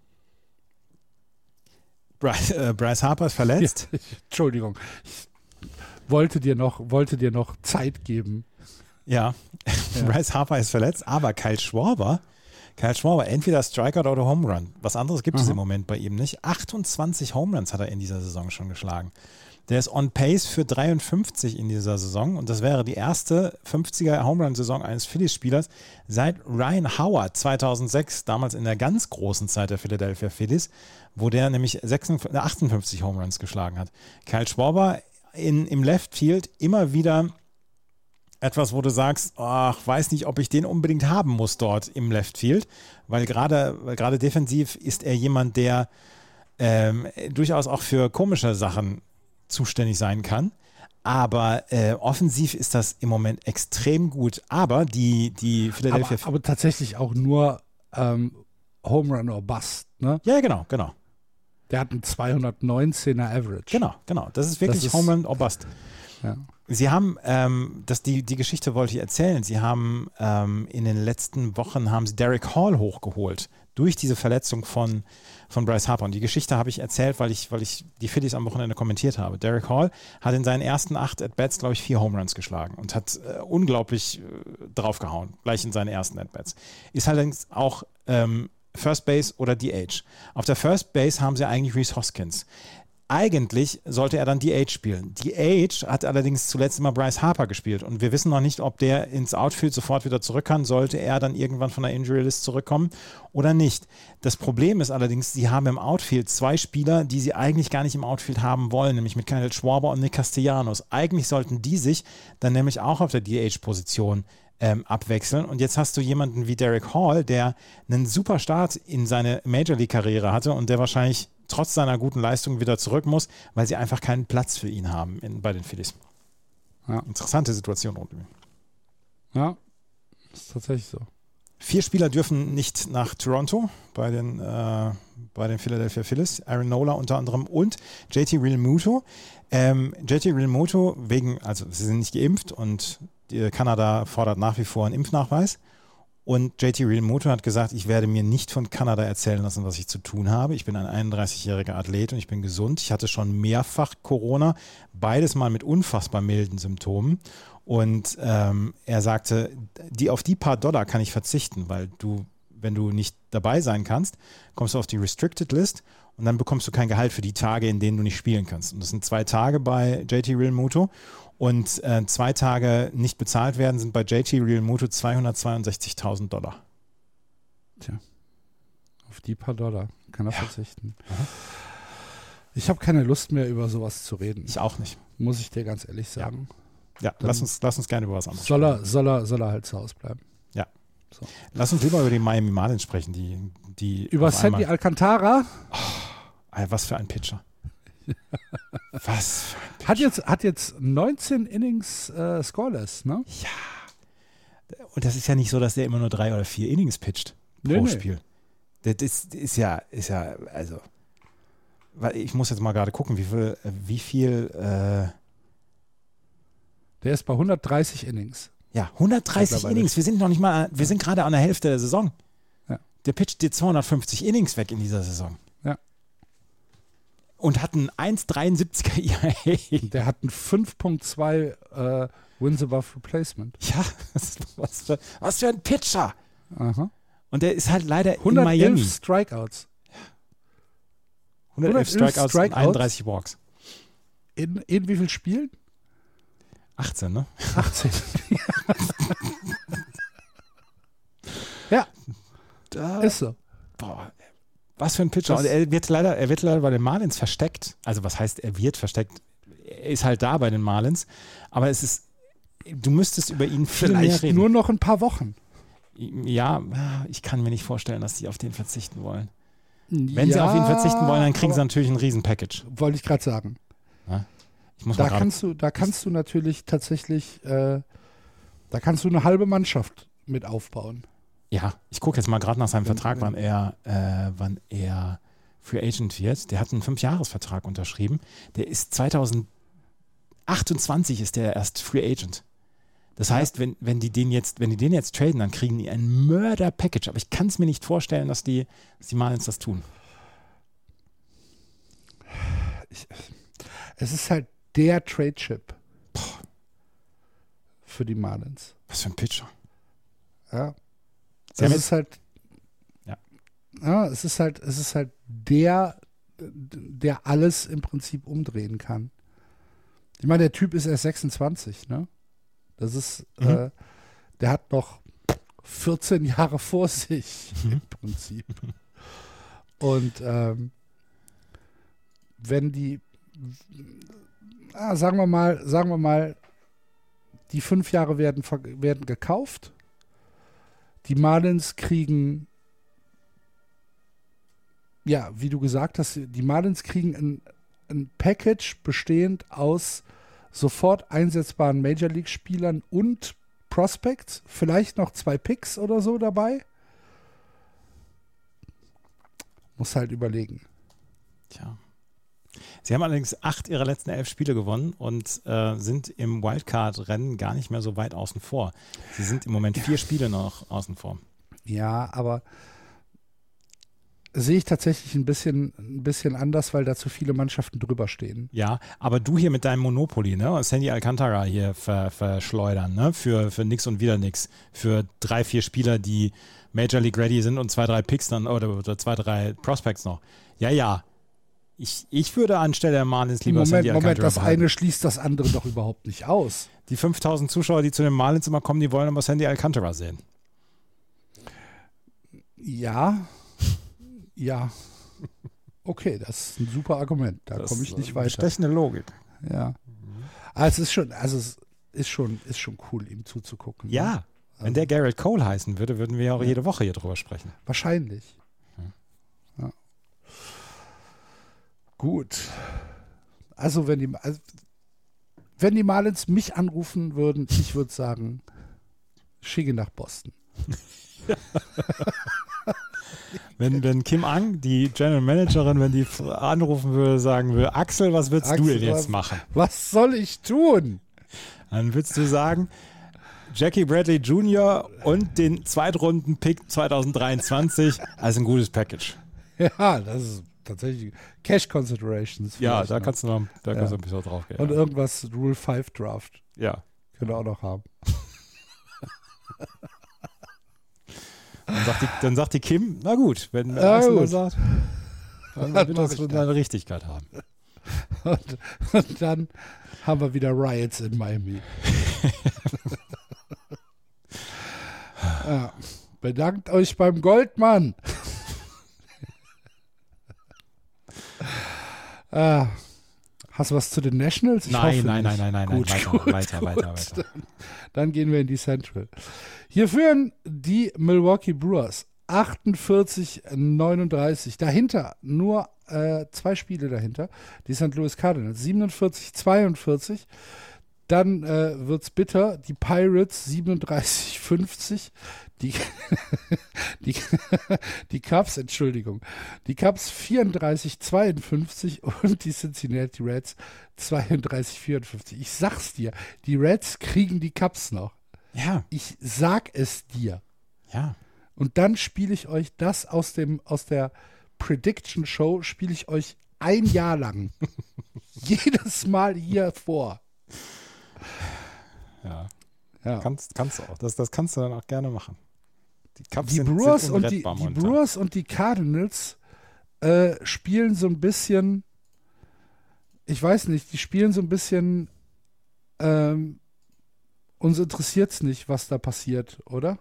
Bryce, äh, Bryce Harper ist verletzt. Ja, ich, Entschuldigung, ich wollte dir noch, wollte dir noch Zeit geben. Ja, ja. Bryce Harper ist verletzt, aber Kyle Schwarber, Kyle Schwarber, entweder Strikeout oder Home Run. Was anderes gibt es im Moment bei ihm nicht. achtundzwanzig Home Runs hat er in dieser Saison schon geschlagen. Der ist on pace für dreiundfünfzig in dieser Saison und das wäre die erste fünfziger Home Run Saison eines Phillies-Spielers seit Ryan Howard zweitausendsechs, damals in der ganz großen Zeit der Philadelphia Phillies, wo der nämlich sechsundfünfzig, achtundfünfzig Home Runs geschlagen hat. Kyle Schwarber in, im Left Field immer wieder etwas, wo du sagst, ach, weiß nicht, ob ich den unbedingt haben muss dort im Left Field, weil gerade weil gerade defensiv ist er jemand, der ähm, durchaus auch für komische Sachen zuständig sein kann. Aber äh, offensiv ist das im Moment extrem gut. Aber die, die Philadelphia... Aber, aber tatsächlich auch nur ähm, Home Run or Bust, ne? Ja, genau, genau. Der hat einen zweihundertneunzehner Average. Genau, genau. Das ist wirklich das ist, Home Run or Bust. Ja. Sie haben, ähm, das, die, die Geschichte wollte ich erzählen, Sie haben ähm, in den letzten Wochen haben Sie Derek Hall hochgeholt durch diese Verletzung von, von Bryce Harper. Und die Geschichte habe ich erzählt, weil ich, weil ich die Phillies am Wochenende kommentiert habe. Derek Hall hat in seinen ersten acht At-Bats, glaube ich, vier Home Runs geschlagen und hat äh, unglaublich äh, draufgehauen, gleich in seinen ersten At-Bats. Ist allerdings auch ähm, First Base oder D H. Auf der First Base haben Sie eigentlich Rhys Hoskins. Eigentlich sollte er dann D H spielen. D H hat allerdings zuletzt immer Bryce Harper gespielt und wir wissen noch nicht, ob der ins Outfield sofort wieder zurück kann, sollte er dann irgendwann von der Injury List zurückkommen oder nicht. Das Problem ist allerdings, sie haben im Outfield zwei Spieler, die sie eigentlich gar nicht im Outfield haben wollen, nämlich mit Kyle Schwarber und Nick Castellanos. Eigentlich sollten die sich dann nämlich auch auf der D H-Position ähm, abwechseln und jetzt hast du jemanden wie Derek Hall, der einen super Start in seine Major League-Karriere hatte und der wahrscheinlich trotz seiner guten Leistung wieder zurück muss, weil sie einfach keinen Platz für ihn haben in, bei den Phillies. Ja. Interessante Situation rund um ihn. Ja, ist tatsächlich so. Vier Spieler dürfen nicht nach Toronto bei den, äh, bei den Philadelphia Phillies. Aaron Nola unter anderem und J T Realmuto. Ähm, J T Realmuto wegen, also sie sind nicht geimpft und die, Kanada fordert nach wie vor einen Impfnachweis. Und J T Realmuto hat gesagt, ich werde mir nicht von Kanada erzählen lassen, was ich zu tun habe. Ich bin ein einunddreißigjähriger Athlet und ich bin gesund. Ich hatte schon mehrfach Corona, beides mal mit unfassbar milden Symptomen. Und ähm, er sagte, die, auf die paar Dollar kann ich verzichten, weil du, wenn du nicht dabei sein kannst, kommst du auf die Restricted List und dann bekommst du kein Gehalt für die Tage, in denen du nicht spielen kannst. Und das sind zwei Tage bei J T Realmuto. Und äh, zwei Tage nicht bezahlt werden, sind bei J T Realmuto zweihundertzweiundsechzigtausend Dollar. Tja, auf die paar Dollar kann er ja. verzichten. Aha. Ich habe keine Lust mehr, über sowas zu reden. Ich auch nicht. Muss ich dir ganz ehrlich sagen. Ja, ja lass, uns, lass uns gerne über was anderes soll er, soll er, soll er halt zu Hause bleiben. Ja. So. Lass uns lieber über die Miami Marlins sprechen. Die, die über Sandy Alcantara? Oh, was für ein Pitcher. Was für ein Pitcher. Hat jetzt, hat jetzt neunzehn Innings äh, scoreless, ne? Ja. Und das ist ja nicht so, dass der immer nur drei oder vier Innings pitcht pro nee, Spiel. Nee. Das ist, ist ja, ist ja, also, weil ich muss jetzt mal gerade gucken, wie viel, wie viel, äh, der ist bei hundertdreißig Innings. Ja, hundertdreißig Innings. Wir sind noch nicht mal, wir sind gerade an der Hälfte der Saison. Ja. Der pitcht dir zweihundertfünfzig Innings weg in dieser Saison. Ja. Und hat einen eins Komma dreiundsiebziger E R A. Der hat einen fünf Komma zwei äh, Wins above Replacement. Ja, was für, was für ein Pitcher. Aha. Und der ist halt leider in hundertelf Miami. Strikeouts. hundertelf Strikeouts, Strikeouts und einunddreißig Walks. In, in wie vielen Spielen? achtzehn, ne? achtzehn. Ja, Da, ist so. boah, was für ein Pitcher. Das- Und er wird leider, er wird leider bei den Marlins versteckt. Also was heißt, er wird versteckt? Er ist halt da bei den Marlins. Aber es ist, du müsstest über ihn viel mehr Vielleicht reden. nur noch ein paar Wochen. Ja, ich kann mir nicht vorstellen, dass sie auf den verzichten wollen. Wenn sie auf ihn verzichten wollen, dann kriegen sie natürlich ein Riesen-Package. Wollte ich gerade sagen. Ich muss mal Da gerade- kannst du, da kannst du natürlich tatsächlich, äh, da kannst du eine halbe Mannschaft mit aufbauen. Ja, ich gucke jetzt mal gerade nach seinem Wenn- Vertrag, wann er, äh, wann er Free Agent wird. Der hat einen Fünfjahresvertrag unterschrieben. Der ist zweitausendachtundzwanzig ist der erst Free Agent. Das heißt, wenn, wenn die den jetzt, wenn die den jetzt traden, dann kriegen die ein Mörder-Package. Aber ich kann es mir nicht vorstellen, dass die, dass die Marlins das tun. Ich, es ist halt der Trade-Chip für die Marlins. Was für ein Pitcher. Ja. Sie haben Es ist halt, Ja. ja, es ist halt, es ist halt der, der alles im Prinzip umdrehen kann. Ich meine, der Typ ist erst sechsundzwanzig, ne? Das ist, Mhm. äh, der hat noch vierzehn Jahre vor sich Mhm. im Prinzip. Und ähm, wenn die, ah, sagen wir mal, sagen wir mal, die fünf Jahre werden, ver- werden gekauft. Die Marlins kriegen, ja, wie du gesagt hast, die Marlins kriegen ein, ein Package bestehend aus sofort einsetzbaren Major League-Spielern und Prospects, vielleicht noch zwei Picks oder so dabei. Muss halt überlegen. Tja. Sie haben allerdings acht ihrer letzten elf Spiele gewonnen und äh, sind im Wildcard-Rennen gar nicht mehr so weit außen vor. Sie sind im Moment vier Spiele noch außen vor. Ja, aber sehe ich tatsächlich ein bisschen, ein bisschen anders, weil da zu viele Mannschaften drüber stehen. Ja, aber du hier mit deinem Monopoly, ne? Und Sandy Alcantara hier ver, verschleudern, ne? Für, für nix und wieder nix. Für drei, vier Spieler, die Major League ready sind und zwei, drei Picks dann oder, oder zwei, drei Prospects noch. Ja, ja. Ich, ich würde anstelle der Marlins lieber Moment, Sandy Moment, Alcantara das behalten. eine schließt das andere doch überhaupt nicht aus. Die fünftausend Zuschauer, die zu den Marlins immer kommen, die wollen aber Sandy Alcantara sehen. Ja, ja. Okay, das ist ein super Argument. Da Das komme ich ist nicht eine weiter. Bestechende Logik. Ja. Aber es ist schon, also es ist schon, ist schon cool, ihm zuzugucken. ne? Ja, wenn der Garrett Cole heißen würde, würden wir ja auch jede Woche hier drüber sprechen. Wahrscheinlich. Ja. Gut. Also wenn die, also wenn die Marlins mich anrufen würden, ich würde sagen, schicke nach Boston. Wenn, wenn Kim Ang, die General Managerin, wenn die f- anrufen würde, sagen würde, Axel, was würdest du Axel, denn jetzt was- machen? Was soll ich tun? Dann würdest du sagen, Jackie Bradley Junior und den Zweitrunden-Pick zwanzig dreiundzwanzig als ein gutes Package. Ja, das ist tatsächlich Cash Considerations. Ja, vielleicht da noch. kannst du noch da Ja. kannst du ein bisschen drauf gehen. Und Ja. irgendwas Rule fünf Draft. ja. Können wir auch noch haben. Dann sagt, die, dann sagt die Kim, na gut, wenn Ja, Axel gut. das sagt, dann Dann wird mach das ich schon das. seine Richtigkeit haben. Und, und dann haben wir wieder Riots in Miami. Ja. Bedankt euch beim Goldmann. ah, hast du was zu den Nationals? Ich Nein, hoffe nein, nicht. nein, nein, nein, Gut, weiter, gut, weiter, gut. weiter, weiter. Dann gehen wir in die Central. Hier führen die Milwaukee Brewers achtundvierzig neununddreißig. Dahinter nur äh, zwei Spiele dahinter. Die Saint Louis Cardinals siebenundvierzig zweiundvierzig. Dann äh, wird's bitter. Die Pirates siebenunddreißig fünfzig. Die, die, die Cubs, Entschuldigung, die Cubs vierunddreißig zweiundfünfzig und die Cincinnati Reds zweiunddreißig vierundfünfzig. Ich sag's dir, die Reds kriegen die Cubs noch. Ja, Ich sag es dir. ja. Und dann spiele ich euch das aus dem aus der Prediction Show, spiele ich euch ein Jahr lang. Jedes Mal hier vor. Ja. Ja. Kannst, kannst du auch. Das, das kannst du dann auch gerne machen. Die Cubs Die sind, Brewers sind und die, die Brewers und die Cardinals äh, spielen so ein bisschen, ich weiß nicht, die spielen so ein bisschen, ähm, uns interessiert es nicht, was da passiert, oder?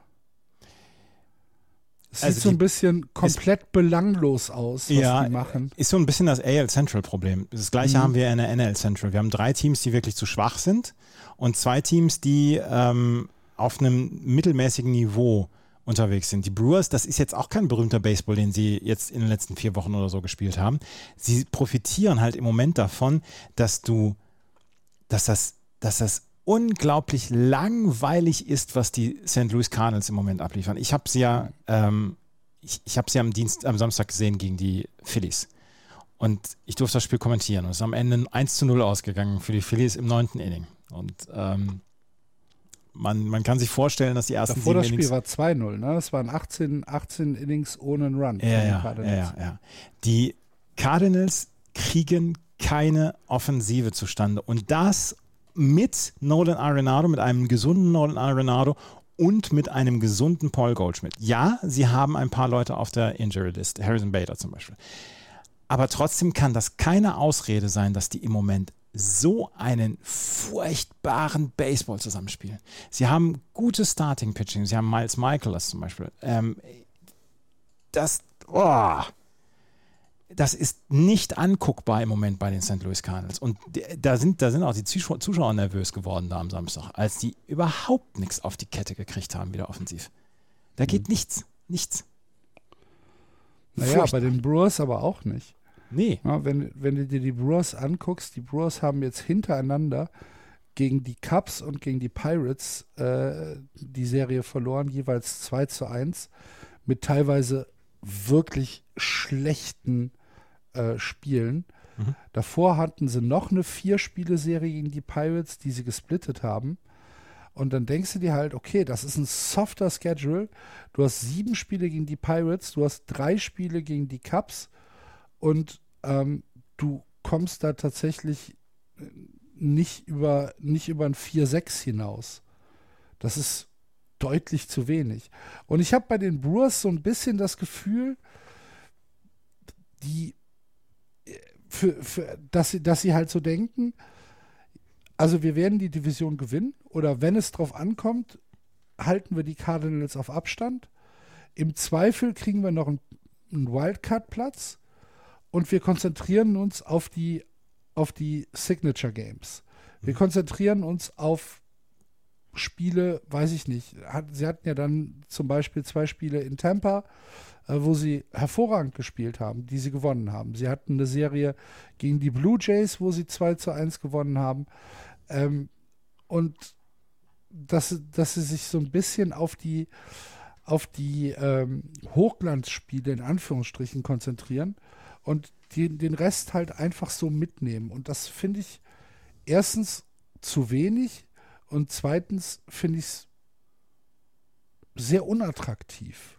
Es Also sieht so die- ein bisschen komplett belanglos aus, was Ja, die machen. ist so ein bisschen das A L Central-Problem. Das gleiche Mhm. haben wir in der N L Central. Wir haben drei Teams, die wirklich zu schwach sind und zwei Teams, die ähm, auf einem mittelmäßigen Niveau unterwegs sind. Die Brewers, das ist jetzt auch kein berühmter Baseball, den sie jetzt in den letzten vier Wochen oder so gespielt haben. Sie profitieren halt im Moment davon, dass du, dass das, dass das unglaublich langweilig ist, was die Saint Louis Cardinals im Moment abliefern. Ich habe sie ja, ähm, ich, ich habe sie am Dienst, am Samstag gesehen gegen die Phillies. Und ich durfte das Spiel kommentieren. Und es ist am Ende eins zu null ausgegangen für die Phillies im neunten Inning. Und ähm, man, man kann sich vorstellen, dass die ersten Davor sieben das Spiel Innings... war zwei null, ne? Das waren achtzehn, achtzehn Innings ohne einen Run. Ja, ja, ja, ja, ja. Die Cardinals kriegen keine Offensive zustande. Und das mit Nolan Arenado, mit einem gesunden Nolan Arenado und mit einem gesunden Paul Goldschmidt. Ja, sie haben ein paar Leute auf der Injury List, Harrison Bader zum Beispiel. Aber trotzdem kann das keine Ausrede sein, dass die im Moment so einen furchtbaren Baseball zusammenspielen. Sie haben gutes Starting-Pitching. Sie haben Miles Michaelis zum Beispiel. Ähm, das, oh, das ist nicht anguckbar im Moment bei den Saint Louis Cardinals. Und da sind, da sind auch die Zuschauer, Zuschauer nervös geworden da am Samstag, als die überhaupt nichts auf die Kette gekriegt haben, wieder offensiv. Da geht mhm. nichts. Nichts. Naja, Furchtbar. Bei den Brewers aber auch nicht. Nee. Ja, wenn, wenn du dir die Brewers anguckst, die Brewers haben jetzt hintereinander gegen die Cubs und gegen die Pirates äh, die Serie verloren, jeweils zwei zu eins, mit teilweise wirklich schlechten äh, Spielen. Mhm. Davor hatten sie noch eine Vier-Spiele-Serie gegen die Pirates, die sie gesplittet haben. Und dann denkst du dir halt, okay, das ist ein softer Schedule. Du hast sieben Spiele gegen die Pirates, du hast drei Spiele gegen die Cubs und ähm, du kommst da tatsächlich nicht über, nicht über ein vier sechs hinaus. Das ist deutlich zu wenig. Und ich habe bei den Brewers so ein bisschen das Gefühl, die für, für, dass sie, dass sie halt so denken, also wir werden die Division gewinnen oder wenn es drauf ankommt, halten wir die Cardinals auf Abstand. Im Zweifel kriegen wir noch einen, einen Wildcard-Platz und wir konzentrieren uns auf die, auf die Signature Games. Wir konzentrieren uns auf Spiele, weiß ich nicht. Sie hatten ja dann zum Beispiel zwei Spiele in Tampa, wo sie hervorragend gespielt haben, die sie gewonnen haben. Sie hatten eine Serie gegen die Blue Jays, wo sie zwei zu eins gewonnen haben. Ähm, und dass, dass sie sich so ein bisschen auf die, auf die ähm, Hochglanzspiele in Anführungsstrichen konzentrieren und die, den Rest halt einfach so mitnehmen. Und das finde ich erstens zu wenig und zweitens finde ich es sehr unattraktiv.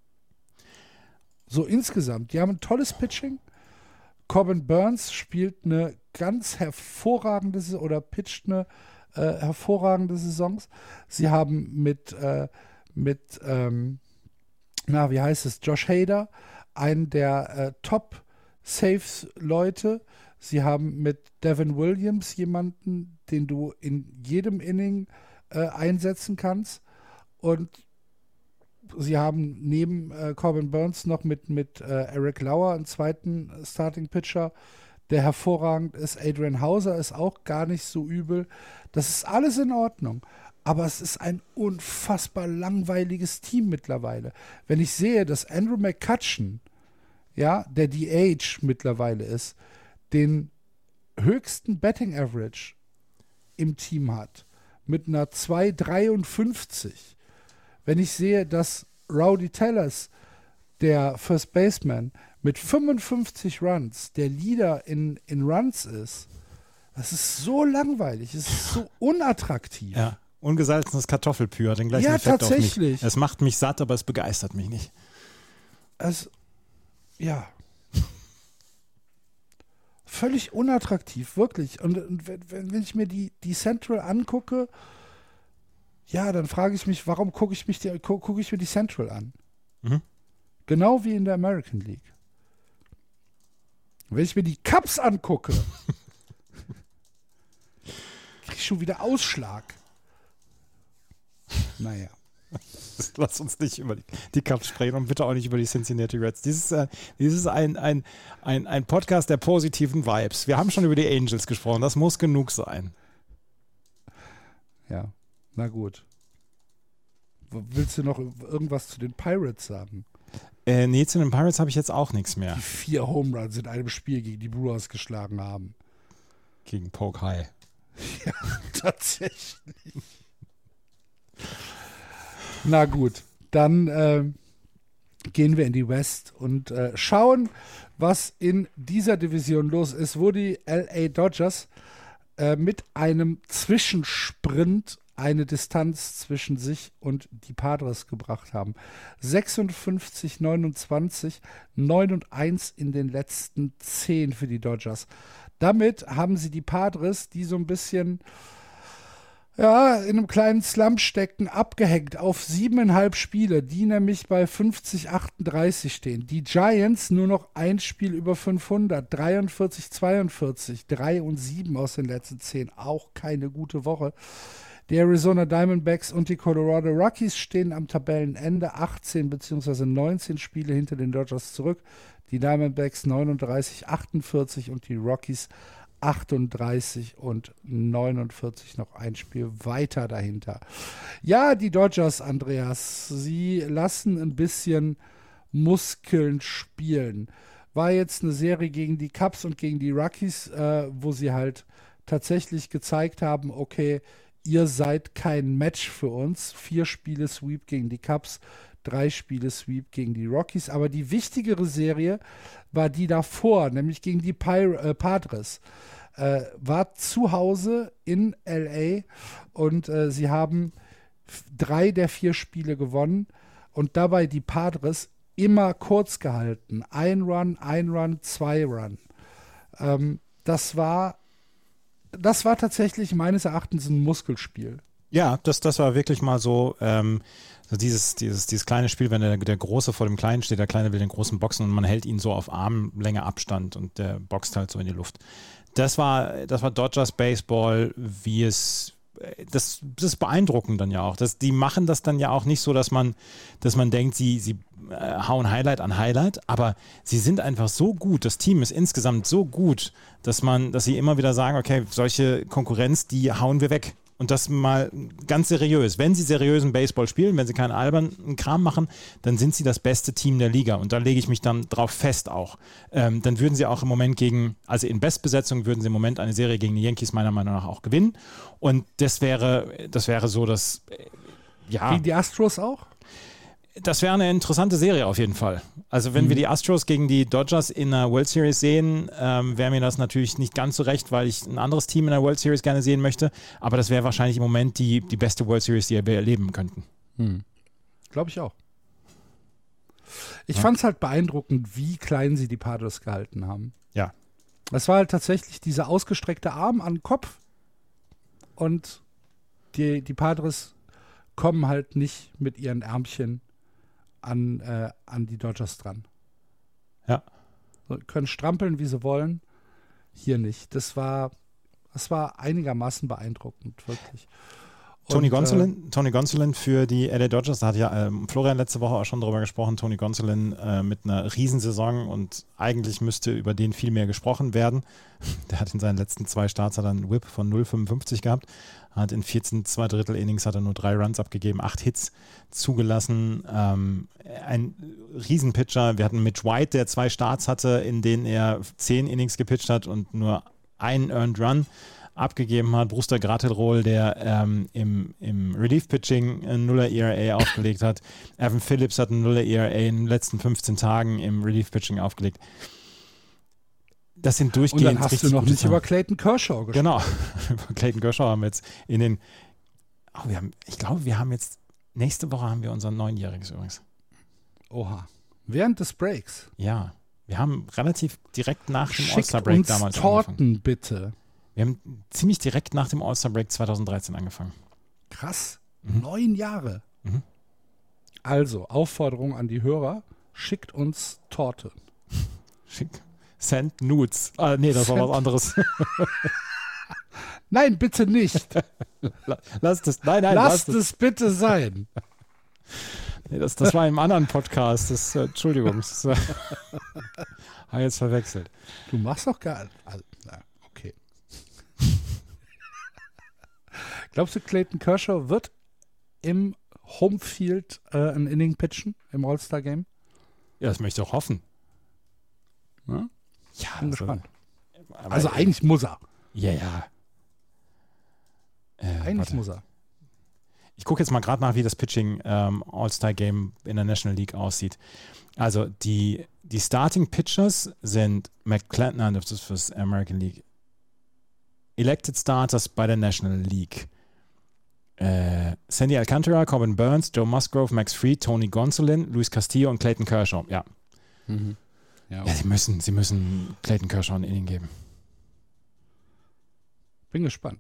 So insgesamt. Die haben ein tolles Pitching. Corbin Burns spielt eine ganz hervorragende oder pitcht eine äh, hervorragende Saisons. Sie haben mit, äh, mit ähm, na, wie heißt es, Josh Hader, einen der äh, Top-Saves-Leute. Sie haben mit Devin Williams jemanden, den du in jedem Inning äh, einsetzen kannst. Und sie haben neben äh, Corbin Burns noch mit, mit äh, Eric Lauer einen zweiten Starting-Pitcher, der hervorragend ist. Adrian Hauser ist auch gar nicht so übel. Das ist alles in Ordnung. Aber es ist ein unfassbar langweiliges Team mittlerweile. Wenn ich sehe, dass Andrew McCutchen, ja, der D H mittlerweile ist, den höchsten Batting Average im Team hat, mit einer zwei Komma dreiundfünfzig. Wenn ich sehe, dass Rowdy Tellers, der First Baseman, mit fünfundfünfzig Runs der Leader in, in Runs ist, das ist so langweilig, es ist so unattraktiv. Ja, ungesalzenes Kartoffelpü hat den gleichen ja, Effekt tatsächlich. auf mich. Es macht mich satt, aber es begeistert mich nicht. Also, ja. völlig unattraktiv, wirklich. Und, und wenn, wenn ich mir die, die Central angucke, ja, dann frage ich mich, warum gucke ich, mich die, gu, gucke ich mir die Central an? Mhm. Genau wie in der American League. Wenn ich mir die Cups angucke, kriege ich schon wieder Ausschlag. Naja. Lass uns nicht über die, die Cups sprechen und bitte auch nicht über die Cincinnati Reds. Dieses, äh, dieses ist ein, ein, ein, ein Podcast der positiven Vibes. Wir haben schon über die Angels gesprochen. Das muss genug sein. Ja, na gut. Willst du noch irgendwas zu den Pirates sagen? Äh, nee, zu den Pirates habe ich jetzt auch nichts mehr. Die vier Home Runs in einem Spiel gegen die Brewers geschlagen haben. Gegen Polk High. Ja, tatsächlich. Na gut, dann äh, gehen wir in die West und äh, schauen, was in dieser Division los ist, wo die L A Dodgers äh, mit einem Zwischensprint eine Distanz zwischen sich und die Padres gebracht haben. sechsundfünfzig, neunundzwanzig, neun und eins in den letzten zehn für die Dodgers. Damit haben sie die Padres, die so ein bisschen ja, in einem kleinen Slump stecken, abgehängt auf siebeneinhalb Spiele, die nämlich bei fünfzig achtunddreißig stehen. Die Giants nur noch ein Spiel über fünfhundert, dreiundvierzig zweiundvierzig, drei und sieben aus den letzten zehn. Auch keine gute Woche. Die Arizona Diamondbacks und die Colorado Rockies stehen am Tabellenende achtzehn bzw. neunzehn Spiele hinter den Dodgers zurück. Die Diamondbacks neununddreißig achtundvierzig und die Rockies achtunddreißig und neunundvierzig, noch ein Spiel weiter dahinter. Ja, die Dodgers, Andreas, sie lassen ein bisschen Muskeln spielen. War jetzt eine Serie gegen die Cubs und gegen die Rockies, äh, wo sie halt tatsächlich gezeigt haben, okay, ihr seid kein Match für uns. Vier Spiele Sweep gegen die Cubs, drei Spiele Sweep gegen die Rockies. Aber die wichtigere Serie war die davor, nämlich gegen die Pir- äh, Padres. Äh, war zu Hause in L A und äh, sie haben f- drei der vier Spiele gewonnen und dabei die Padres immer kurz gehalten. Ein Run, ein Run, zwei Run. Ähm, das war das war tatsächlich meines Erachtens ein Muskelspiel. Ja, das, das war wirklich mal so, ähm, so dieses, dieses, dieses kleine Spiel, wenn der, der Große vor dem Kleinen steht, der Kleine will den Großen boxen und man hält ihn so auf Armlänge Abstand und der boxt halt so in die Luft. Das war, das war Dodgers Baseball, wie es, das, das ist beeindruckend dann ja auch. Das, die machen das dann ja auch nicht so, dass man, dass man denkt, sie, sie äh, hauen Highlight an Highlight, aber sie sind einfach so gut, das Team ist insgesamt so gut, dass man, dass sie immer wieder sagen, okay, solche Konkurrenz, die hauen wir weg. Und das mal ganz seriös. Wenn sie seriösen Baseball spielen, wenn sie keinen albernen Kram machen, dann sind sie das beste Team der Liga. Und da lege ich mich dann drauf fest auch. Ähm, dann würden sie auch im Moment gegen, also in Bestbesetzung würden sie im Moment eine Serie gegen die Yankees meiner Meinung nach auch gewinnen. Und das wäre, das wäre so, dass, äh, ja. Gegen die Astros auch? Das wäre eine interessante Serie auf jeden Fall. Also wenn mhm. wir die Astros gegen die Dodgers in der World Series sehen, ähm, wäre mir das natürlich nicht ganz so recht, weil ich ein anderes Team in der World Series gerne sehen möchte. Aber das wäre wahrscheinlich im Moment die, die beste World Series, die wir erleben könnten. Mhm. Glaube ich auch. Ich ja. fand es halt beeindruckend, wie klein sie die Padres gehalten haben. Ja. Es war halt tatsächlich dieser ausgestreckte Arm an den Kopf und die, die Padres kommen halt nicht mit ihren Ärmchen An, äh, an die Dodgers dran. Ja. So, können strampeln, wie sie wollen. Hier nicht. Das war, das war einigermaßen beeindruckend, wirklich. Tony Und, Gonsolin, äh, Tony Gonsolin für die L A Dodgers, da hat ja ähm, Florian letzte Woche auch schon drüber gesprochen, Tony Gonsolin äh, mit einer Riesensaison und eigentlich müsste über den viel mehr gesprochen werden. Der hat in seinen letzten zwei Starts hat er einen Whip von null Komma fünfundfünfzig gehabt, hat in vierzehn zwei Drittel Innings hat er nur drei Runs abgegeben, acht Hits zugelassen. Ähm, ein Riesenpitcher. Wir hatten Mitch White, der zwei Starts hatte, in denen er zehn Innings gepitcht hat und nur einen Earned Run abgegeben hat. Brewster Gratterol, der ähm, im, im Relief-Pitching ein Nuller E R A aufgelegt hat. Evan Phillips hat ein Nuller E R A in den letzten fünfzehn Tagen im Relief-Pitching aufgelegt. Das sind durchgehend. Und dann hast du noch nicht über Clayton Kershaw gesprochen. Genau, über Clayton Kershaw haben wir jetzt in den, oh, wir haben, ich glaube, wir haben jetzt, nächste Woche haben wir unser Neunjähriges übrigens. Oha. Während des Breaks? Ja. Wir haben relativ direkt nach dem Schickt All-Star-Break uns damals Torten, angefangen. bitte. Wir haben ziemlich direkt nach dem All-Star-Break zweitausenddreizehn angefangen. Krass. Mhm. Neun Jahre. Mhm. Also, Aufforderung an die Hörer, schickt uns Torte. Schick. Send Nudes. Ah, nee, das Send. war was anderes. Nein, bitte nicht. Lass das, nein, nein, Lasst lass es bitte sein. Nee, das, das war im anderen Podcast. Das, äh, Entschuldigung, das äh, habe jetzt verwechselt. Du machst doch gar also, na, okay. Glaubst du, Clayton Kershaw wird im Homefield äh, ein Inning pitchen im All-Star-Game? Ja, das möchte ich auch hoffen. Ja? Ja, Bin also, gespannt. aber- Also eigentlich muss er. Ja, ja. Äh, Eigentlich warte. muss er. Ich gucke jetzt mal gerade nach, wie das Pitching ähm, All-Star-Game in der National League aussieht. Also die, die Starting Pitchers sind McClellan, nein, das ist fürs American League. Elected Starters bei der National League. Äh, Sandy Alcantara, Corbin Burns, Joe Musgrove, Max Fried, Tony Gonsolin, Luis Castillo und Clayton Kershaw. Ja, Mhm. Ja, ja sie, müssen, sie müssen Clayton Kershaw ein Inning geben. bin gespannt.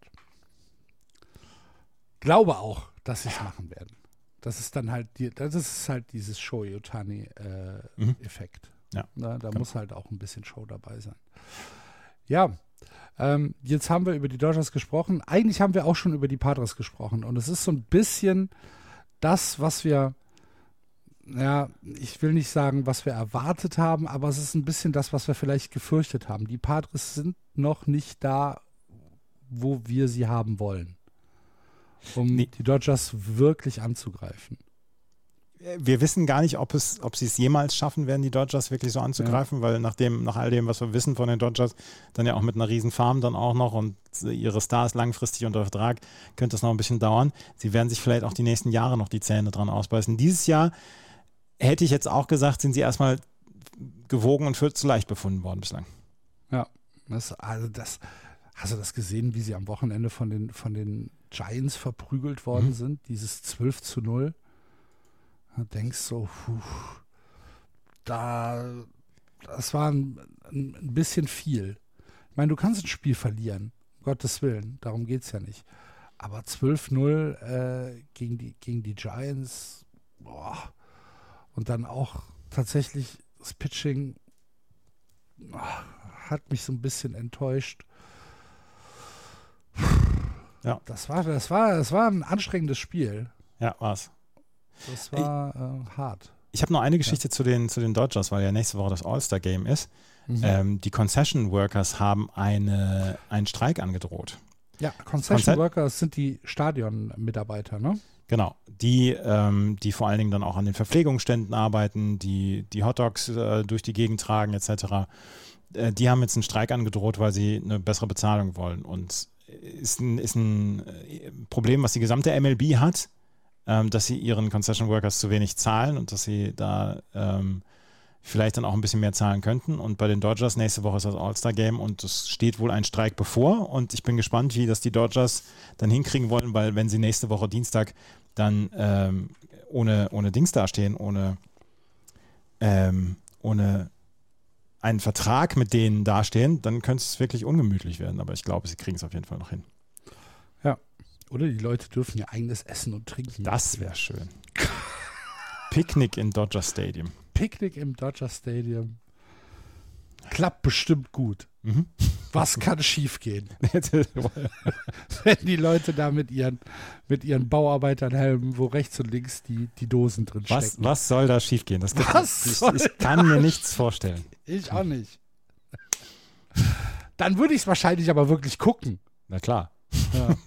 Glaube auch, dass sie es machen werden. Das ist dann halt, die, das ist halt dieses Shohei Ohtani-Effekt. Mhm. Ja, da da genau. muss halt auch ein bisschen Show dabei sein. Ja, ähm, jetzt haben wir über die Dodgers gesprochen. Eigentlich haben wir auch schon über die Padres gesprochen. Und es ist so ein bisschen das, was wir, ja, ich will nicht sagen, was wir erwartet haben, aber es ist ein bisschen das, was wir vielleicht gefürchtet haben. Die Padres sind noch nicht da, wo wir sie haben wollen, um Nee. die Dodgers wirklich anzugreifen. Wir wissen gar nicht, ob, es, ob sie es jemals schaffen werden, die Dodgers wirklich so anzugreifen, weil nach, dem, nach all dem, was wir wissen von den Dodgers, dann ja auch mit einer riesen Farm dann auch noch und ihre Stars langfristig unter Vertrag, könnte das noch ein bisschen dauern. Sie werden sich vielleicht auch die nächsten Jahre noch die Zähne dran ausbeißen. Dieses Jahr hätte ich jetzt auch gesagt, sind sie erstmal gewogen und für zu leicht befunden worden bislang. Ja, das, also das, hast du das gesehen, wie sie am Wochenende von den, von den Giants verprügelt worden Mhm. sind? Dieses zwölf zu null. Du denkst so, puh, da, das war ein, ein, ein bisschen viel. Ich meine, du kannst ein Spiel verlieren, um Gottes Willen, darum geht es ja nicht. Aber zwölf null äh, gegen, die, gegen die Giants, boah. Und dann auch tatsächlich das Pitching boah, hat mich so ein bisschen enttäuscht. Ja. Das war, das war, das war ein anstrengendes Spiel. Ja, war's. Das war äh, hart. Ich habe noch eine Geschichte zu, den, zu den Dodgers, weil ja nächste Woche das All-Star-Game ist. Mhm. Ähm, die Concession Workers haben eine, einen Streik angedroht. Ja, Concession Conce- Workers sind die Stadionmitarbeiter, ne? Genau, die, ähm, die vor allen Dingen dann auch an den Verpflegungsständen arbeiten, die die Hotdogs äh, durch die Gegend tragen et cetera. Äh, die haben jetzt einen Streik angedroht, weil sie eine bessere Bezahlung wollen. Und ist ein, ist ein Problem, was die gesamte M L B hat, ähm, dass sie ihren Concession Workers zu wenig zahlen und dass sie da ähm, vielleicht dann auch ein bisschen mehr zahlen könnten. Und bei den Dodgers nächste Woche ist das All-Star-Game und es steht wohl ein Streik bevor. Und ich bin gespannt, wie das die Dodgers dann hinkriegen wollen, weil wenn sie nächste Woche Dienstag dann ähm, ohne, ohne Dings dastehen, ohne, ähm, ohne einen Vertrag mit denen dastehen, dann könnte es wirklich ungemütlich werden. Aber ich glaube, sie kriegen es auf jeden Fall noch hin. Ja. Oder die Leute dürfen ja eigenes Essen und Trinken. Das wäre schön. Picknick in Dodger Stadium. Picknick im Dodger Stadium. Klappt bestimmt gut. Mhm. Was kann schiefgehen? Wenn die Leute da mit ihren, mit ihren Bauarbeiternhelmen, wo rechts und links die, die Dosen drin was, stecken. was soll da schiefgehen? Das gibt- Was ich, soll ich kann mir nichts vorstellen. Ich auch nicht. Dann würde ich es wahrscheinlich aber wirklich gucken. Na klar. Ja.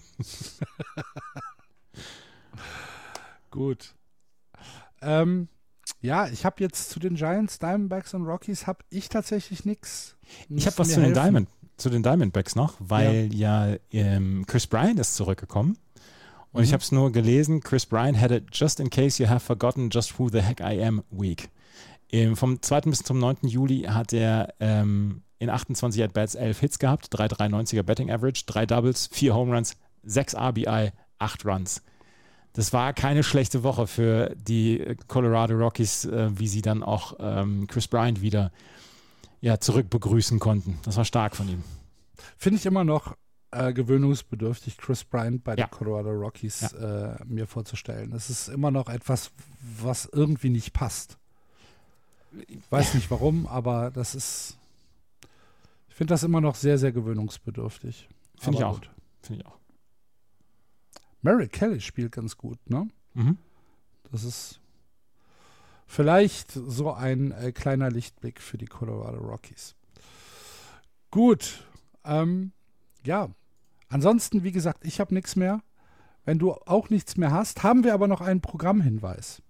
Gut. Ähm, ja, ich habe jetzt zu den Giants, Diamondbacks und Rockies habe ich tatsächlich nichts. Ich habe was zu den, Diamond, zu den Diamondbacks noch, weil ja, ähm, Chris Bryant ist zurückgekommen. Und Mhm. ich habe es nur gelesen, Chris Bryant had a just in case you have forgotten just who the heck I am week. Ähm, vom zweiten bis zum neunten Juli hat er ähm, in achtundzwanzig At-Bats elf Hits gehabt, drei Komma dreiundneunziger Betting Average, drei Doubles, vier Home Runs, sechs R B I, acht Runs. Das war keine schlechte Woche für die Colorado Rockies, äh, wie sie dann auch ähm, Chris Bryant wieder ja, zurück begrüßen konnten. Das war stark von ihm. Finde ich immer noch äh, gewöhnungsbedürftig, Chris Bryant bei Ja. den Colorado Rockies Ja. äh, mir vorzustellen. Es ist immer noch etwas, was irgendwie nicht passt. Ich weiß nicht warum, aber das ist, ich finde das immer noch sehr, sehr gewöhnungsbedürftig. Finde ich Aber auch. gut. Finde ich auch. Merrill Kelly spielt ganz gut, ne? Mhm. Das ist vielleicht so ein äh, kleiner Lichtblick für die Colorado Rockies. Gut. Ähm, ja. Ansonsten, wie gesagt, ich habe nichts mehr. Wenn du auch nichts mehr hast, haben wir aber noch einen Programmhinweis.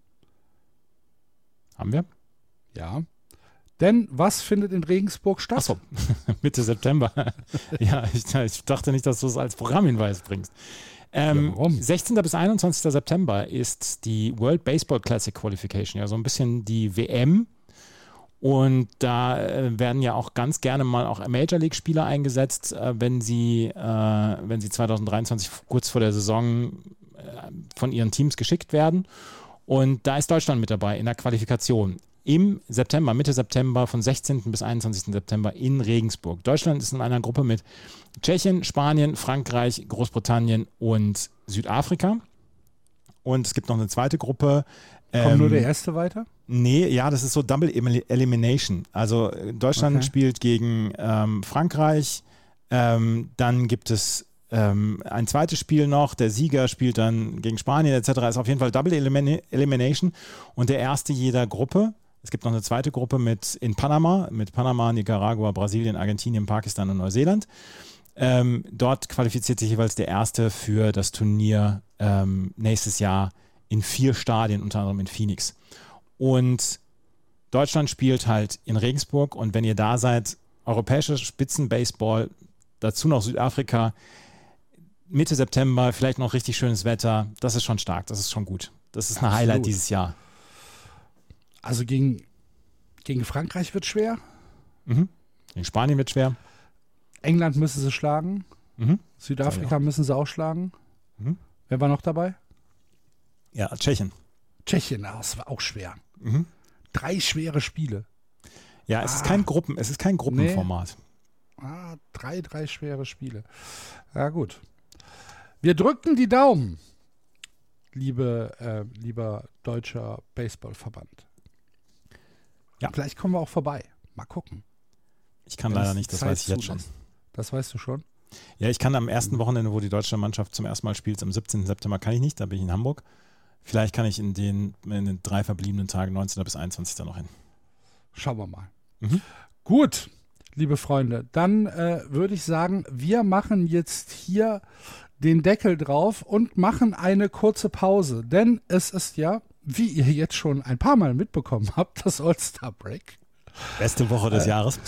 Haben wir? Ja. Denn was findet in Regensburg statt? Achso, Mitte September. ja, ich, ich dachte nicht, dass du es als Programmhinweis bringst. Ähm, Ja, warum? sechzehnten bis einundzwanzigsten September ist die World Baseball Classic Qualification, ja so ein bisschen die W M. Und da äh, werden ja auch ganz gerne mal auch Major League Spieler eingesetzt, äh, wenn sie, äh, wenn sie zwanzig dreiundzwanzig kurz vor der Saison äh, von ihren Teams geschickt werden. Und da ist Deutschland mit dabei in der Qualifikation. Im September, Mitte September, von sechzehnten bis einundzwanzigsten September in Regensburg. Deutschland ist in einer Gruppe mit Tschechien, Spanien, Frankreich, Großbritannien und Südafrika. Und es gibt noch eine zweite Gruppe. Kommt ähm, nur der Erste weiter? Nee, ja, das ist so Double Elimination. Also Deutschland Okay. spielt gegen ähm, Frankreich. Ähm, dann gibt es ähm, ein zweites Spiel noch. Der Sieger spielt dann gegen Spanien et cetera. Ist auf jeden Fall Double Elimin- Elimination. Und der erste jeder Gruppe. Es gibt noch eine zweite Gruppe mit in Panama, mit Panama, Nicaragua, Brasilien, Argentinien, Pakistan und Neuseeland. Ähm, dort qualifiziert sich jeweils der Erste für das Turnier ähm, nächstes Jahr in vier Stadien, unter anderem in Phoenix. Und Deutschland spielt halt in Regensburg und wenn ihr da seid, europäische Spitzenbaseball, dazu noch Südafrika, Mitte September, vielleicht noch richtig schönes Wetter, das ist schon stark, das ist schon gut. Das ist ein Absolut. Highlight dieses Jahr. Also gegen, gegen Frankreich wird schwer. Mhm. In Spanien wird schwer. England müssen sie schlagen. Mhm. Südafrika müssen sie auch schlagen. Mhm. Wer war noch dabei? Ja, Tschechien. Tschechien, ah, das war auch schwer. Mhm. Drei schwere Spiele. Ja, es Ah. ist kein Gruppen, es ist kein Gruppenformat. Ah, drei, drei schwere Spiele. Ja, gut. Wir drücken die Daumen, liebe, äh, lieber deutscher Baseballverband. Ja. Vielleicht kommen wir auch vorbei. Mal gucken. Ich kann Wenn leider es nicht, das Zeit weiß ich jetzt schon. zulässt. Das weißt du schon? Ja, ich kann am ersten Wochenende, wo die deutsche Mannschaft zum ersten Mal spielt, am siebzehnten September kann ich nicht, da bin ich in Hamburg. Vielleicht kann ich in den, in den drei verbliebenen Tagen, neunzehnten bis einundzwanzigsten noch hin. Schauen wir mal. Mhm. Gut, liebe Freunde, dann äh, würde ich sagen, wir machen jetzt hier den Deckel drauf und machen eine kurze Pause. Denn es ist ja, wie ihr jetzt schon ein paar Mal mitbekommen habt, das All-Star Break. Beste Woche des Äh. Jahres.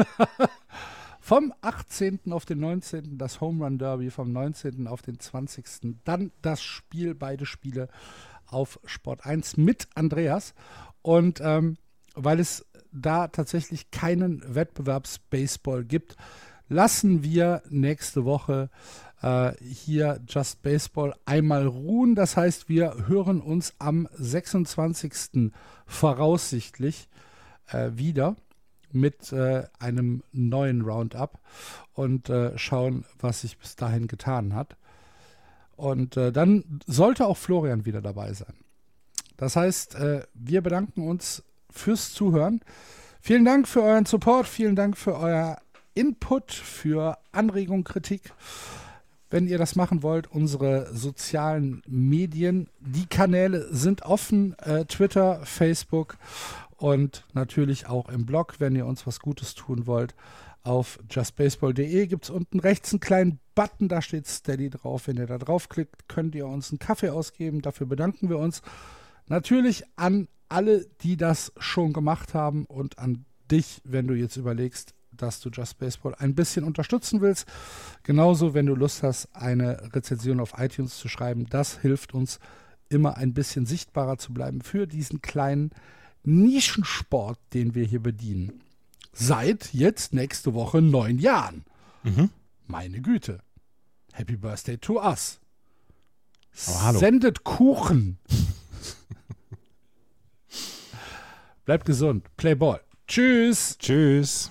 Vom achtzehnten auf den neunzehnten das Home Run Derby, vom neunzehnten auf den zwanzigsten Dann das Spiel, beide Spiele auf Sport eins mit Andreas. Und ähm, weil es da tatsächlich keinen Wettbewerbsbaseball gibt, lassen wir nächste Woche äh, hier Just Baseball einmal ruhen. Das heißt, wir hören uns am sechsundzwanzigsten voraussichtlich äh, wieder mit äh, einem neuen Roundup und äh, schauen, was sich bis dahin getan hat. Und äh, dann sollte auch Florian wieder dabei sein. Das heißt, äh, wir bedanken uns fürs Zuhören. Vielen Dank für euren Support, vielen Dank für euer Input, für Anregung, Kritik. Wenn ihr das machen wollt, unsere sozialen Medien, die Kanäle sind offen, äh, Twitter, Facebook und natürlich auch im Blog, wenn ihr uns was Gutes tun wollt. Auf just baseball punkt de gibt es unten rechts einen kleinen Button, da steht Steady drauf. Wenn ihr da draufklickt, könnt ihr uns einen Kaffee ausgeben. Dafür bedanken wir uns. Natürlich an alle, die das schon gemacht haben und an dich, wenn du jetzt überlegst, dass du Just Baseball ein bisschen unterstützen willst. Genauso, wenn du Lust hast, eine Rezension auf iTunes zu schreiben. Das hilft uns immer ein bisschen sichtbarer zu bleiben für diesen kleinen Nischensport, den wir hier bedienen. Seit jetzt nächste Woche neun Jahren. Mhm. Meine Güte. Happy Birthday to us. Aber hallo. Sendet Kuchen. Bleibt gesund. Play Ball. Tschüss. Tschüss.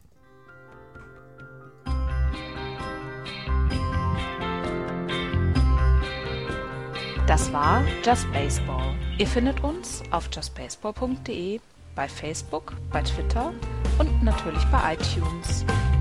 Das war Just Baseball. Ihr findet uns auf just baseball punkt de, bei Facebook, bei Twitter und natürlich bei iTunes.